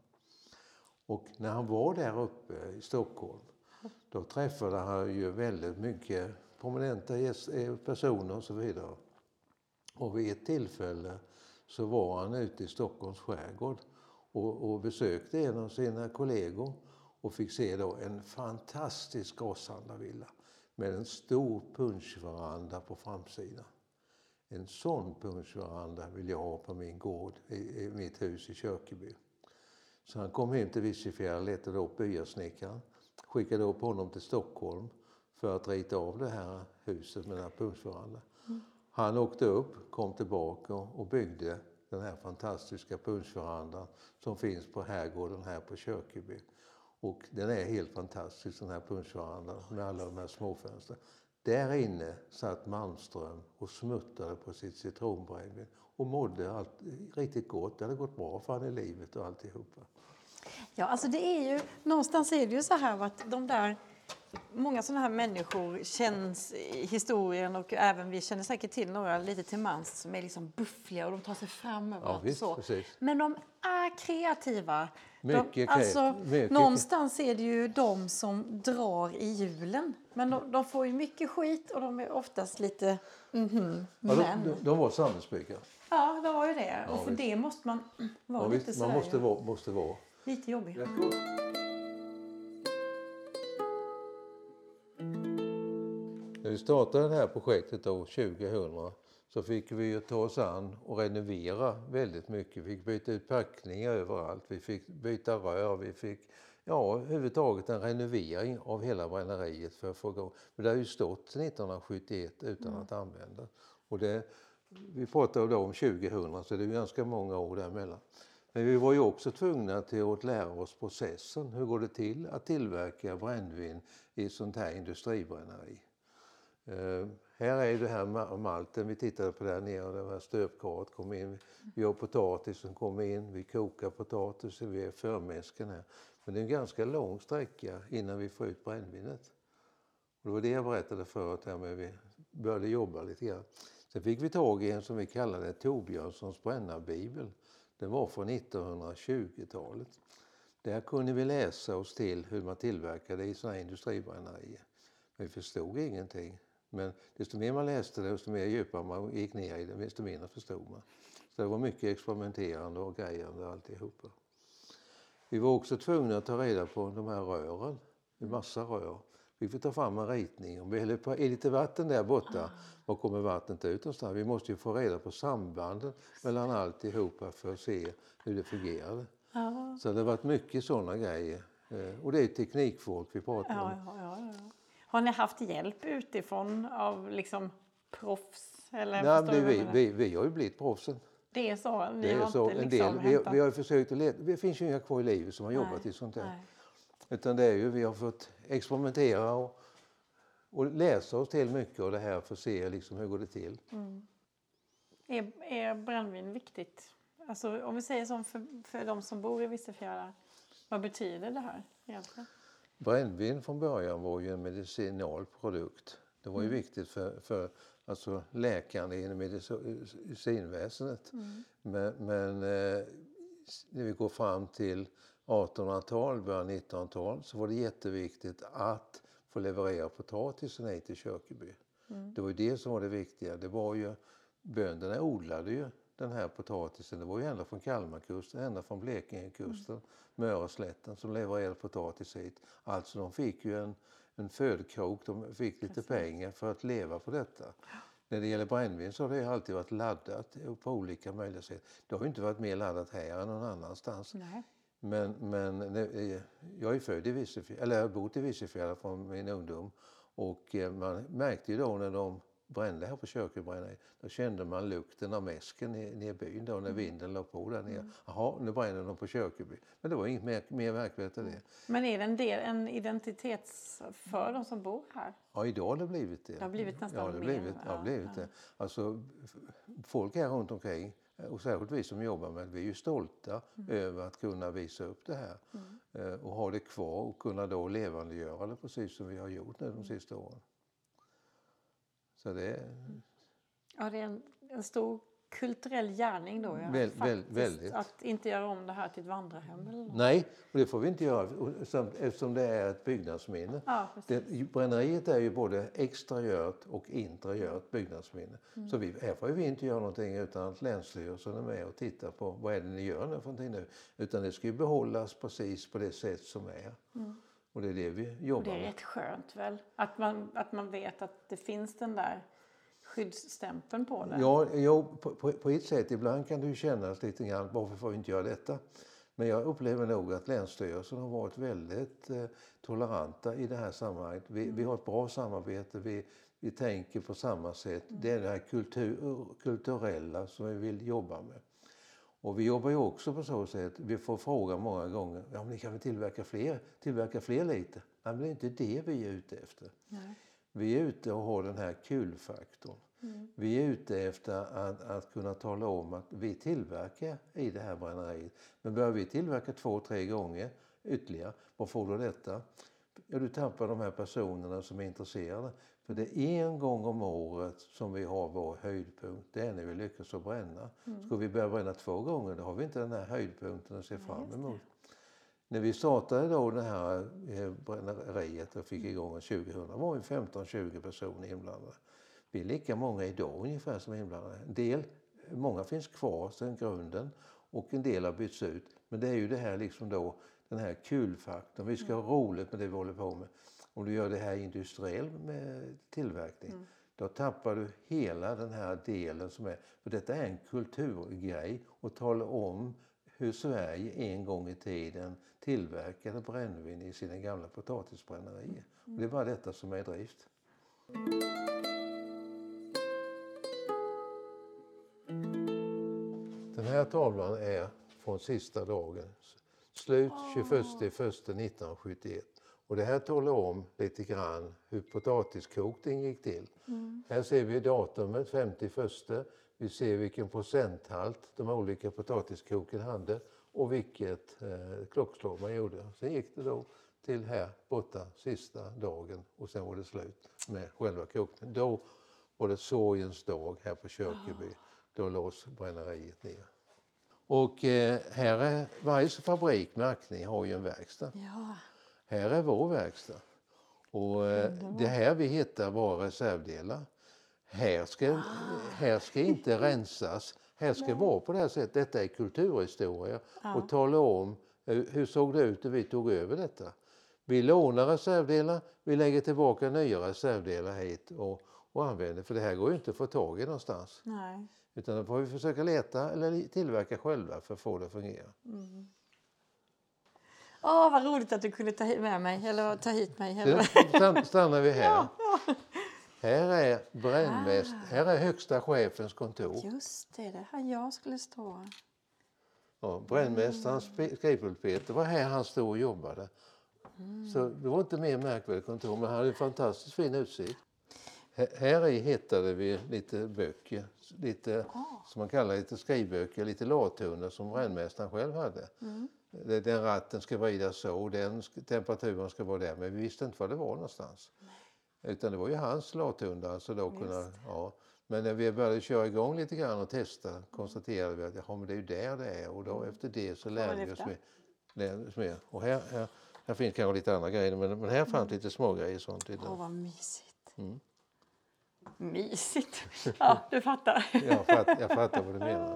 Och när han var där uppe i Stockholm, då träffade han ju väldigt mycket prominenta personer och så vidare. Och vid ett tillfälle så var han ute i Stockholms skärgård och, och besökte en av sina kollegor och fick se då en fantastisk grosshandlarvilla med en stor punschveranda på framsidan. En sån punschveranda vill jag ha på min gård i, i mitt hus i Kökeby. Så han kom hem till Vissefjärda, letade upp byasnickaren, skickade upp honom till Stockholm för att rita av det här huset med den här punschverandan. Mm. Han åkte upp, kom tillbaka och byggde den här fantastiska punschverandan som finns på herrgården här på Kökeby. Och den är helt fantastisk, den här punschverandan med alla de här småfönstren. Där inne satt Malmström och smuttade på sitt citronbrännvin och mådde allt, riktigt gott. Det hade gått bra för han i livet och alltihopa. Ja, alltså det är ju, någonstans är det ju så här att de där, många sådana här människor känns i historien och även vi känner säkert till några lite till mans som är liksom buffliga och de tar sig fram över ja, visst, så. Precis. Men de är kreativa. Mycket de, alltså, mycket. Någonstans är det ju de som drar i hjulen. Men de, de får ju mycket skit och de är oftast lite mm-hmm, ja, men. De, de, de var samhällsbyggare. Ja, de var ju det. Ja, och för visst. det måste man vara ja, lite visst, sådär. Man måste vara, måste vara. Lite jobbig. När vi startade det här projektet då tjugohundra så fick vi ju ta oss an och renovera väldigt mycket. Vi fick byta ut packningar överallt, vi fick byta rör, vi fick ja, överhuvudtaget en renovering av hela bränneriet för att få igång. Men det har ju stått nittonhundrasjuttioett utan mm. att använda. Och det, vi pratar då om tjugohundra så det är ganska många år däremellan. Men vi var ju också tvungna till att lära oss processen. Hur går det till att tillverka brännvin i sånt här industribränneri? Uh, här är det här malten, vi tittade på där nere, det här stöpkaret kom in. Vi har potatis som kommer in, vi kokar potatis, vi är förmäsken här. Men det är en ganska lång sträcka innan vi får ut brännvinet. Och det var det jag berättade förut här med vi började jobba lite grann. Sen fick vi tag i en som vi kallade Torbjörnssons brännarbibel. Den var från nittonhundratjugotalet. Där kunde vi läsa oss till hur man tillverkade i sådana här industribrännerier. Men vi förstod ingenting. Men desto mer man läste det, desto mer djupare man gick ner i det, desto mindre förstod man. Så det var mycket experimenterande och grejande alltihopa. Vi var också tvungna att ta reda på de här rören, en massa rör. Vi får ta fram en ritning. Om vi häller på är lite vatten där borta, var kommer vattnet ut någonstans? Vi måste ju få reda på sambanden mellan alltihopa för att se hur det fungerar. Ja. Så det har varit mycket sådana grejer. Och det är teknikfolk vi pratar Ja, om. ja, ja, ja. Har ni haft hjälp utifrån av liksom proffs? Eller Nej, förstår du det, vad vi, jag menar? vi, vi har ju blivit proffsen. Det är så? Ni Det är har så. inte En liksom del, vi, hämtat... vi har ju försökt att leta. Det finns ju inga kvar i livet som har Nej, jobbat i sånt där. nej. Utan det är ju, vi har fått experimentera och, och läsa oss till mycket av det här för att se liksom, hur går det till. Mm. Är, är brännvin viktigt? Alltså, om vi säger som för, för de som bor i Vissefjärda, vad betyder det här egentligen? Brännvin från början var ju en medicinal produkt. Det var ju Mm. viktigt för, för alltså, läkarna inom medicinväsendet. Mm. Men, men eh, när vi går fram till artonhundratal, början nittonhundratal så var det jätteviktigt att få leverera potatisen hit till Kökeby. Mm. Det var ju det som var det viktiga. Det var ju, bönderna odlade ju den här potatisen. Det var ju ända från Kalmarkusten, ända från Blekingekusten, mm. Möreslätten som levererade potatis hit. Alltså de fick ju en, en födkrok, de fick lite Precis. pengar för att leva på detta. När det gäller brännvin så har det alltid varit laddat på olika möjliga sätt. Det har ju inte varit mer laddat här än någon annanstans. Nej. Men, men jag är född i Vissefjärda, eller jag har bott i Vissefjärda från min ungdom. Och man märkte ju då när de brände här på Kökebränneriet, då kände man lukten av mäsken ner i byn då när vinden låg på där nere. Mm. Jaha, nu bränner de på Kökeby. Men det var inget mer, mer märkvärdigt än det. Men är det en, del, en identitets för de som bor här? Ja, idag har det blivit det. Det har blivit nästan ja, det har mer, blivit, ja, ja, blivit ja. det. Alltså, folk här runt omkring, och särskilt vi som jobbar med det, vi är ju stolta Mm. över att kunna visa upp det här. Mm. Och ha det kvar och kunna då levandegöra det precis som vi har gjort nu de sista åren. Så det är... Ja, det är en, en stor kulturell gärning då. Ja, Väl, väl, faktiskt, väldigt. att inte göra om det här till ett vandrarhem eller något. Nej, och det får vi inte göra eftersom det är ett byggnadsminne. Ja, precis. Det, bränneriet är ju både exteriört och interiört byggnadsminne. Mm. Så vi, här får vi inte göra någonting utan att Länsstyrelsen är med och tittar på vad är det ni gör nu för någonting nu. Utan det ska ju behållas precis på det sätt som är. Mm. Och det är det vi Och jobbar det är med. rätt skönt väl? Att man, att man vet att det finns den där skyddsstämpeln på det. Ja, ja på, på, på ett sätt ibland kan det ju kännas lite grann, varför får vi inte göra detta? Men jag upplever nog att Länsstyrelsen har varit väldigt eh, toleranta i det här sammanhanget. Vi, mm. vi har ett bra samarbete, vi, vi tänker på samma sätt. Mm. Det är det här kultur, kulturella som vi vill jobba med. Och vi jobbar ju också på så sätt, vi får fråga många gånger, ja men ni kan väl tillverka fler, tillverka fler liter? Nej, men det är inte det vi är ute efter. Nej. Vi är ute och har den här kulfaktorn. Mm. Vi är ute efter att, att kunna tala om att vi tillverkar i det här bränneriet. Men börjar vi tillverka två, tre gånger ytterligare, vad får du detta? Ja, du tappar de här personerna som är intresserade. För det är en gång om året som vi har vår höjdpunkt. Det är när vi lyckas att bränna. Mm. Ska vi börja bränna två gånger, då har vi inte den här höjdpunkten att se fram emot. När vi startade då det här bränneriet och fick igång tjugohundra var vi femton tjugo personer inblandade. Vi är lika många idag ungefär som inblandade. En del, många finns kvar sedan grunden och en del har bytts ut. Men det är ju det här liksom då, den här kulfaktorn. Vi ska ha roligt med det vi håller på med. Om du gör det här industriellt med tillverkning, mm. då tappar du hela den här delen som är, för detta är en kulturgrej och tala om hur Sverige en gång i tiden tillverkade brännvin i sina gamla potatisbrännerier. Och det är bara detta som är i drift. Den här tavlan är från sista dagen. Slut tjugoförsta januari nittonhundrasjuttioett. Och det här talar om lite grann hur potatiskokning gick till. Mm. Här ser vi datumet femtioförsta. Vi ser vilken procenthalt de olika potatiskoken hade och vilket eh, klockslag man gjorde. Sen gick det då till här borta sista dagen och sen var det slut med själva kokningen. Då var det sorgens dag här på Kökeby. Oh. Då lås bränneriet ner. Och eh, här är varje fabrik med Acne har ju en verkstad. Ja. Här är vår verkstad. Och eh, det här vi hittar våra reservdelar. Här ska, ah. här ska inte rensas. Här ska Nej. vara på det här sättet. Detta är kulturhistoria. Ah. Och tala om Hur såg det ut när vi tog över detta? Vi lånar reservdelar, vi lägger tillbaka nya reservdelar hit och, och använder. För det här går ju inte att få tag i någonstans. Nej. Utan då får vi försöka leta eller tillverka själva för att få det att fungera. Mm. Åh, vad roligt att du kunde ta hit med mig, eller ta hit mig. Eller? Sen stannar vi här. Ja, ja. Här är brännmäst, här är högsta chefens kontor. Just det, det här jag skulle stå. Ja, brännmästarens skrivpulpet, det var här han stod och jobbade. Mm. Så det var inte mer märkvärdigt kontor, men han hade en fantastiskt fin utsikt. H- här i hittade vi lite böcker, lite, oh. som man kallar lite skrivböcker, lite lådtunnor som brännmästaren själv hade. Mm. Den ratten ska vridas så, den temperaturen ska vara där, men vi visste inte vad det var någonstans. Nej. Utan det var ju hans lådtunna. Alltså då kunna, ja. Men när vi började köra igång lite grann och testa konstaterade vi att ja, men det är ju där det är. Och då mm. efter det så lärde vi oss mer. Lärde oss mer. Och här, här, här finns kanske lite andra grejer, men, men här fanns mm. lite små grejer. Sånt i den. Åh, vad mysigt. Mm. Mysigt. Ja, du fattar. jag, fatt, jag fattar vad du menar.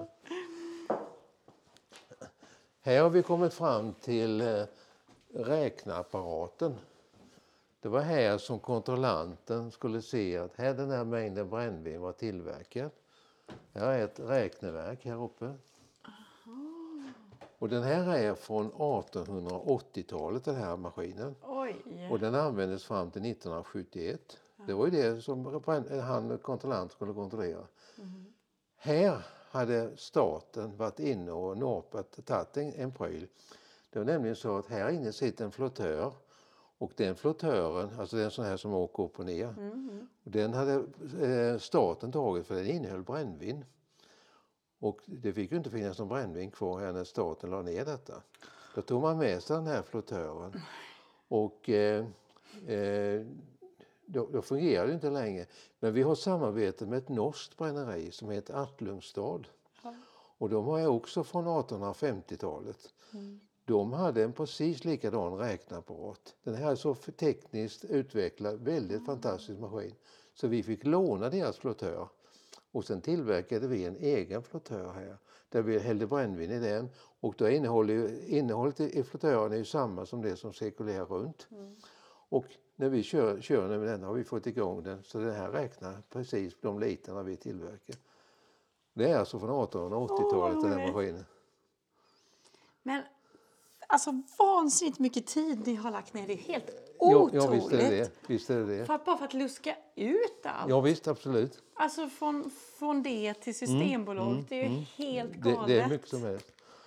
Här har vi kommit fram till eh, räknarapparaten. Det var här som kontrollanten skulle se att här den här mängden brännvin var tillverkad. Här är ett räkneverk här uppe. Aha. Och den här är från artonhundraåttiotalet, den här maskinen. Oj. Och den användes fram till nittonhundrasjuttioett. Ja. Det var ju det som han kontrollant skulle kontrollera. Mm. Här hade staten varit inne och norpat, tagit en, en pryl. Det var nämligen så att här inne sitter en flottör. Och den flottören, alltså den sån här som åker upp och ner, mm. den hade eh, staten tagit för den innehöll brännvin. Och det fick ju inte finnas någon brännvin kvar här när staten la ner detta. Då tog man med sig den här flottören. Och eh, eh, då, då fungerar det inte längre. Men vi har samarbete med ett norskt bränneri som heter Atlungstad. Ja. Och de har också från artonhundrafemtiotalet. Mm. De hade en precis likadan räknarapparat. Den här är så tekniskt utvecklad, väldigt mm. fantastisk maskin. Så vi fick låna deras flottör. Och sen tillverkade vi en egen flottör här. Där vi hällde brännvin i den. Och då innehåller, innehållet i flottören är ju samma som det som cirkulerar runt. Mm. Och när vi kör, kör med den har vi fått igång den. Så den här räknar precis de literna vi tillverkar. Det är alltså från artonhundraåttiotalet oh, den här maskinen. Men alltså vansinnigt mycket tid ni har lagt ner. Det är helt otroligt. Ja, ja visst är det det. Visst är det, det. För att, bara för att luska ut allt. Ja visst, absolut. Alltså från, från det till Systembolaget. Mm, det är ju mm. helt galet. Det, det är mycket som helst.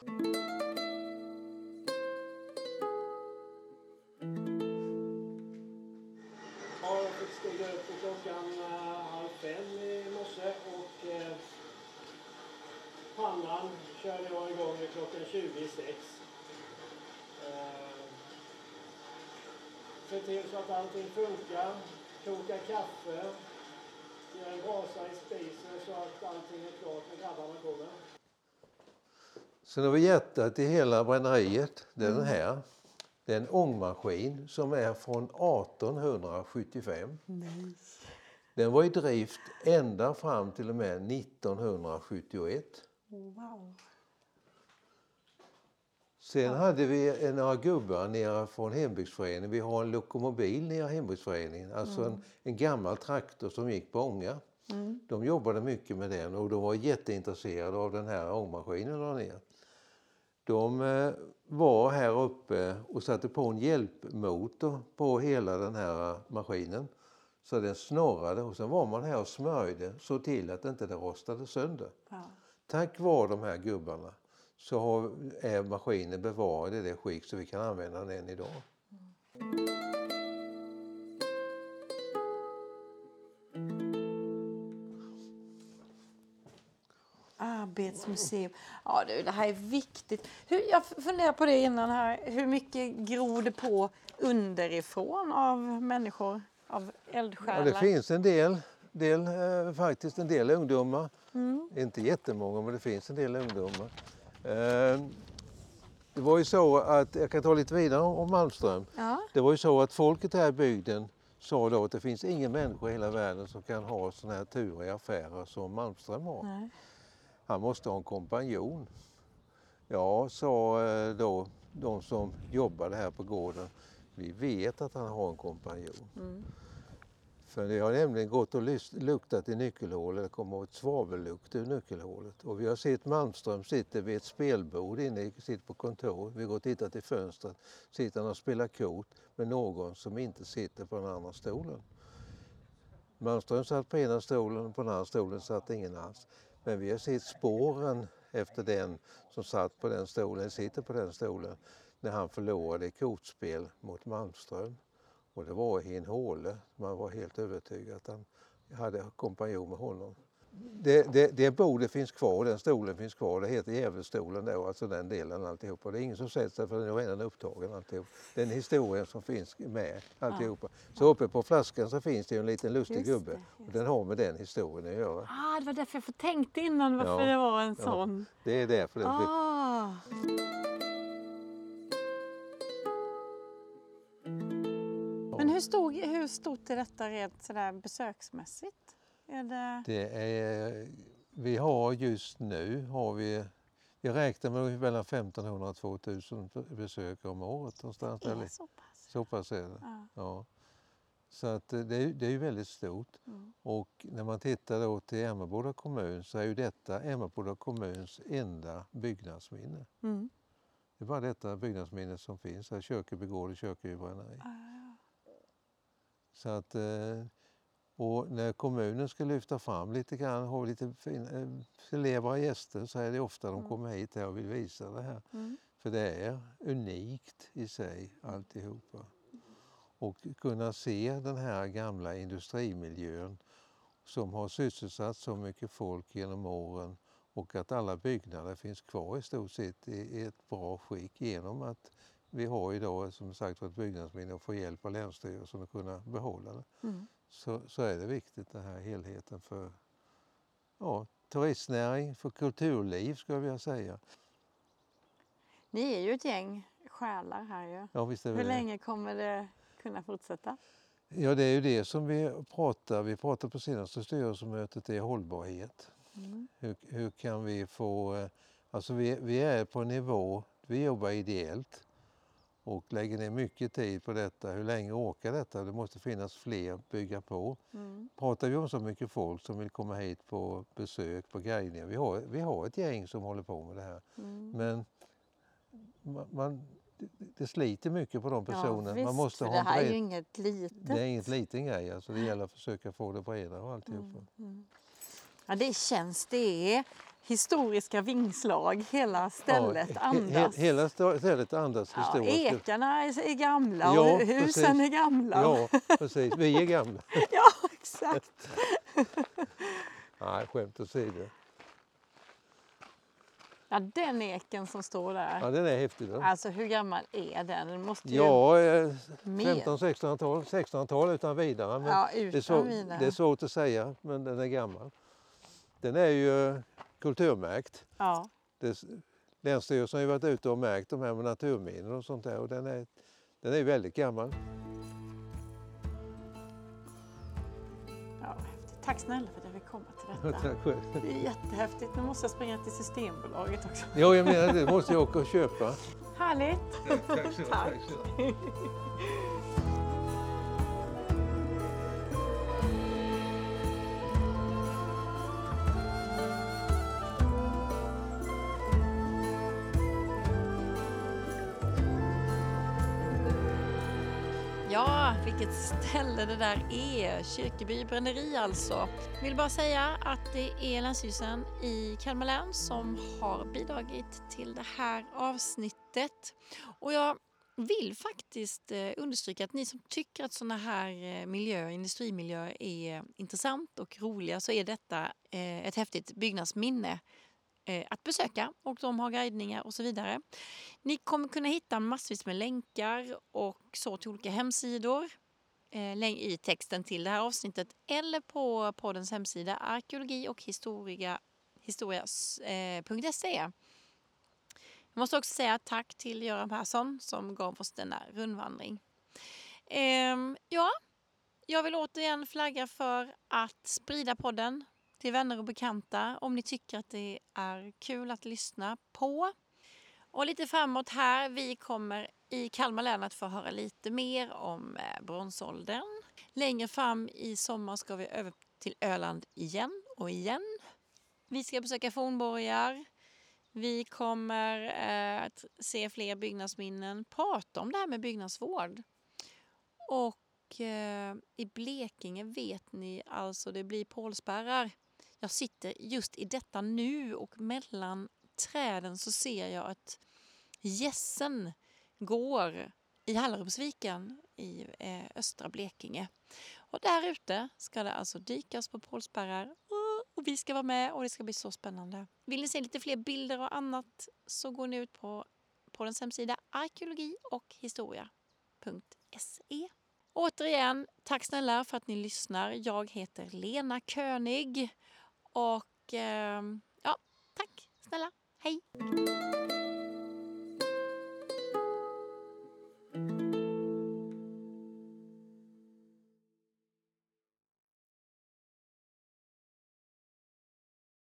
Jag fick stiga upp på klockan halv fem i morse och eh, pannan körde jag igång klockan tjugo i sex. Se till så att allting funkar, koka kaffe, göra en brasa i spisen så att allting är klart när grabbarna kommer. Sen har vi hjärtat i hela bränneriet, det är mm. den här. Det är en ångmaskin som är från artonhundrasjuttiofem. Nice. Den var i drift ända fram till och med nittonhundrasjuttioett. Wow. Sen ja. hade vi några gubbar nere från hembygdsföreningen. Vi har en lokomobil nere i hembygdsföreningen. Alltså mm. en, en gammal traktor som gick på ånga. Mm. De jobbade mycket med den och de var jätteintresserade av den här ångmaskinen där nere. De eh, var här uppe och satte på en hjälpmotor på hela den här maskinen. Så den snurrade och sen var man här och smörjde så till att inte det rostade sönder. Ja. Tack vare de här gubbarna så har, är maskinen bevarad i det skick så vi kan använda den än idag. Mm. Arbetsmuseum. Ja du, det här är viktigt. Hur, jag funderar på det innan här. Hur mycket gror det på underifrån av människor, av eldsjälar? Ja, det finns en del, del eh, faktiskt en del ungdomar. Mm. Inte jättemånga, men det finns en del ungdomar. Eh, det var ju så att, jag kan ta lite vidare om Malmström. Ja. Det var ju så att folket här i bygden sa då att det finns ingen människa i hela världen som kan ha såna här turer i affärer som Malmström har. Nej. Han måste ha en kompanjon. Ja, sa då de som jobbade här på gården, vi vet att han har en kompanjon. Mm. För det har nämligen gått och luktat i nyckelhålet, det kommer ett svavellukt ur nyckelhålet. Och vi har sett Malmström sitter vid ett spelbord inne, sitter på kontor, vi går och tittar till fönstret, sitter han och spelar kort med någon som inte sitter på den andra stolen. Malmström satt på ena stolen, på den andra stolen satt ingen alls. Men vi har sett spåren efter den som satt på den stolen, sitter på den stolen, när han förlorade i kortspel mot Malmström. Och det var i en håle, man var helt övertygad att han hade kompanjon med honom. Det, det, det bordet finns kvar, den stolen finns kvar, det heter Djävulsstolen då, alltså den delen alltihop. Och det är ingen som sätter sig för den är redan upptagen alltihop. Den historien som finns med alltihopa. Ja. Så uppe på flaskan så finns det ju en liten lustig just gubbe det, och den har med den historien att göra. Ah, det var därför jag tänkte innan varför ja, det var en sån. Ja, det är därför det ah. Men hur, stod, hur stort är detta rent sådär besöksmässigt? Är det... Det är, vi har just nu, har vi, vi räknar med mellan femtonhundra och tvåtusen besökare om året. Någonstans. Det är så pass? Så pass är det. Ja. Ja. Så att det, är, det är ju väldigt stort. Mm. Och när man tittar då till Emmaboda kommun så är ju detta Emmaboda kommuns enda byggnadsminne. Mm. Det är bara detta byggnadsminne som finns här, Kökebygård och Kökebybränneri. Ah. Så att, och när kommunen ska lyfta fram lite grann, ha lite celebra gäster så är det ofta de kommer hit här och vill visa det här. Mm. För det är unikt i sig alltihopa. Och kunna se den här gamla industrimiljön som har sysselsatt så mycket folk genom åren och att alla byggnader finns kvar i stort sett i ett bra skick genom att vi har idag som sagt ett byggnadsminne och får hjälp av Länsstyrelsen att kunna behålla det. Mm. Så, så är det viktigt den här helheten för ja, turistnäring, för kulturliv ska jag vilja säga. Ni är ju ett gäng själar här ju. Ja, visst är Hur det. Länge kommer det kunna fortsätta? Ja, det är ju det som vi pratar, vi pratar på senaste styrelsemötet, det är hållbarhet. Mm. Hur, hur kan vi få, alltså vi, vi är på en nivå, vi jobbar ideellt. Och lägger ner mycket tid på detta. Hur länge orkar detta? Det måste finnas fler att bygga på. Mm. Pratar vi om så mycket folk som vill komma hit på besök, på guidningar. Vi har, vi har ett gäng som håller på med det här. Mm. Men man, man, det sliter mycket på de personerna. Ja, visst, man måste för ha det här bred... är ju inget litet. Det är inget liten grej. Alltså det gäller att försöka få det bredare och alltihopa. Mm. Mm. Ja, det känns det. Historiska vingslag, hela stället ja, andas. He, hela stället andas ja, historiska. Ekarna är gamla ja, och husen precis. är gamla. Ja, precis. Vi är gamla. Ja, exakt. Nej, skämt åsido. Ja, den eken som står där. Ja, den är häftig. Då. Alltså, hur gammal är den? Den måste ju... Ja, femton sextonhundratal, sextonhundratal utan vidare. Men ja, utan det, är så, vidare. det är svårt att säga, men den är gammal. Den är ju kulturmärkt. Ja. Det, Länsstyrelsen har ju varit ute och märkt de här med naturminor och sånt där. Och den är, den är väldigt gammal. Ja, tack snälla för att jag fick komma till detta. Tack själv. Det är jättehäftigt. Nu måste jag springa till Systembolaget också. Ja, jag menar det. måste jag åka och köpa. Härligt. Tack, tack så tack. tack. Ja, vilket ställe det där är. Kökeby bränneri alltså. Jag vill bara säga att det är Länsstyrelsen i Kalmar län som har bidragit till det här avsnittet. Och jag vill faktiskt understryka att ni som tycker att sådana här miljöer, industrimiljöer är intressant och roliga, så är detta ett häftigt byggnadsminne att besöka, och de har guidningar och så vidare. Ni kommer kunna hitta massvis med länkar och så till olika hemsidor eh, i texten till det här avsnittet eller på poddens hemsida arkeologi och historia punkt se. Jag måste också säga tack till Göran Persson som gav oss denna rundvandring. Eh, ja, jag vill återigen flagga för att sprida podden till vänner och bekanta om ni tycker att det är kul att lyssna på. Och lite framåt här, vi kommer i Kalmar län att få höra lite mer om eh, bronsåldern. Längre fram i sommar ska vi över till Öland igen och igen. Vi ska besöka fornborgar. Vi kommer eh, att se fler byggnadsminnen, prata om det här med byggnadsvård. Och eh, i Blekinge vet ni alltså det blir pålspärrar. Jag sitter just i detta nu och mellan träden så ser jag att gässen går i Hallerupsviken i eh, östra Blekinge. Och där ute ska det alltså dykas på pålspärrar och vi ska vara med och det ska bli så spännande. Vill ni se lite fler bilder och annat så går ni ut på, på den hemsida arkeologi och historia punkt se. Återigen, tack snälla för att ni lyssnar. Jag heter Lena König och eh, ja, tack snälla. Hej!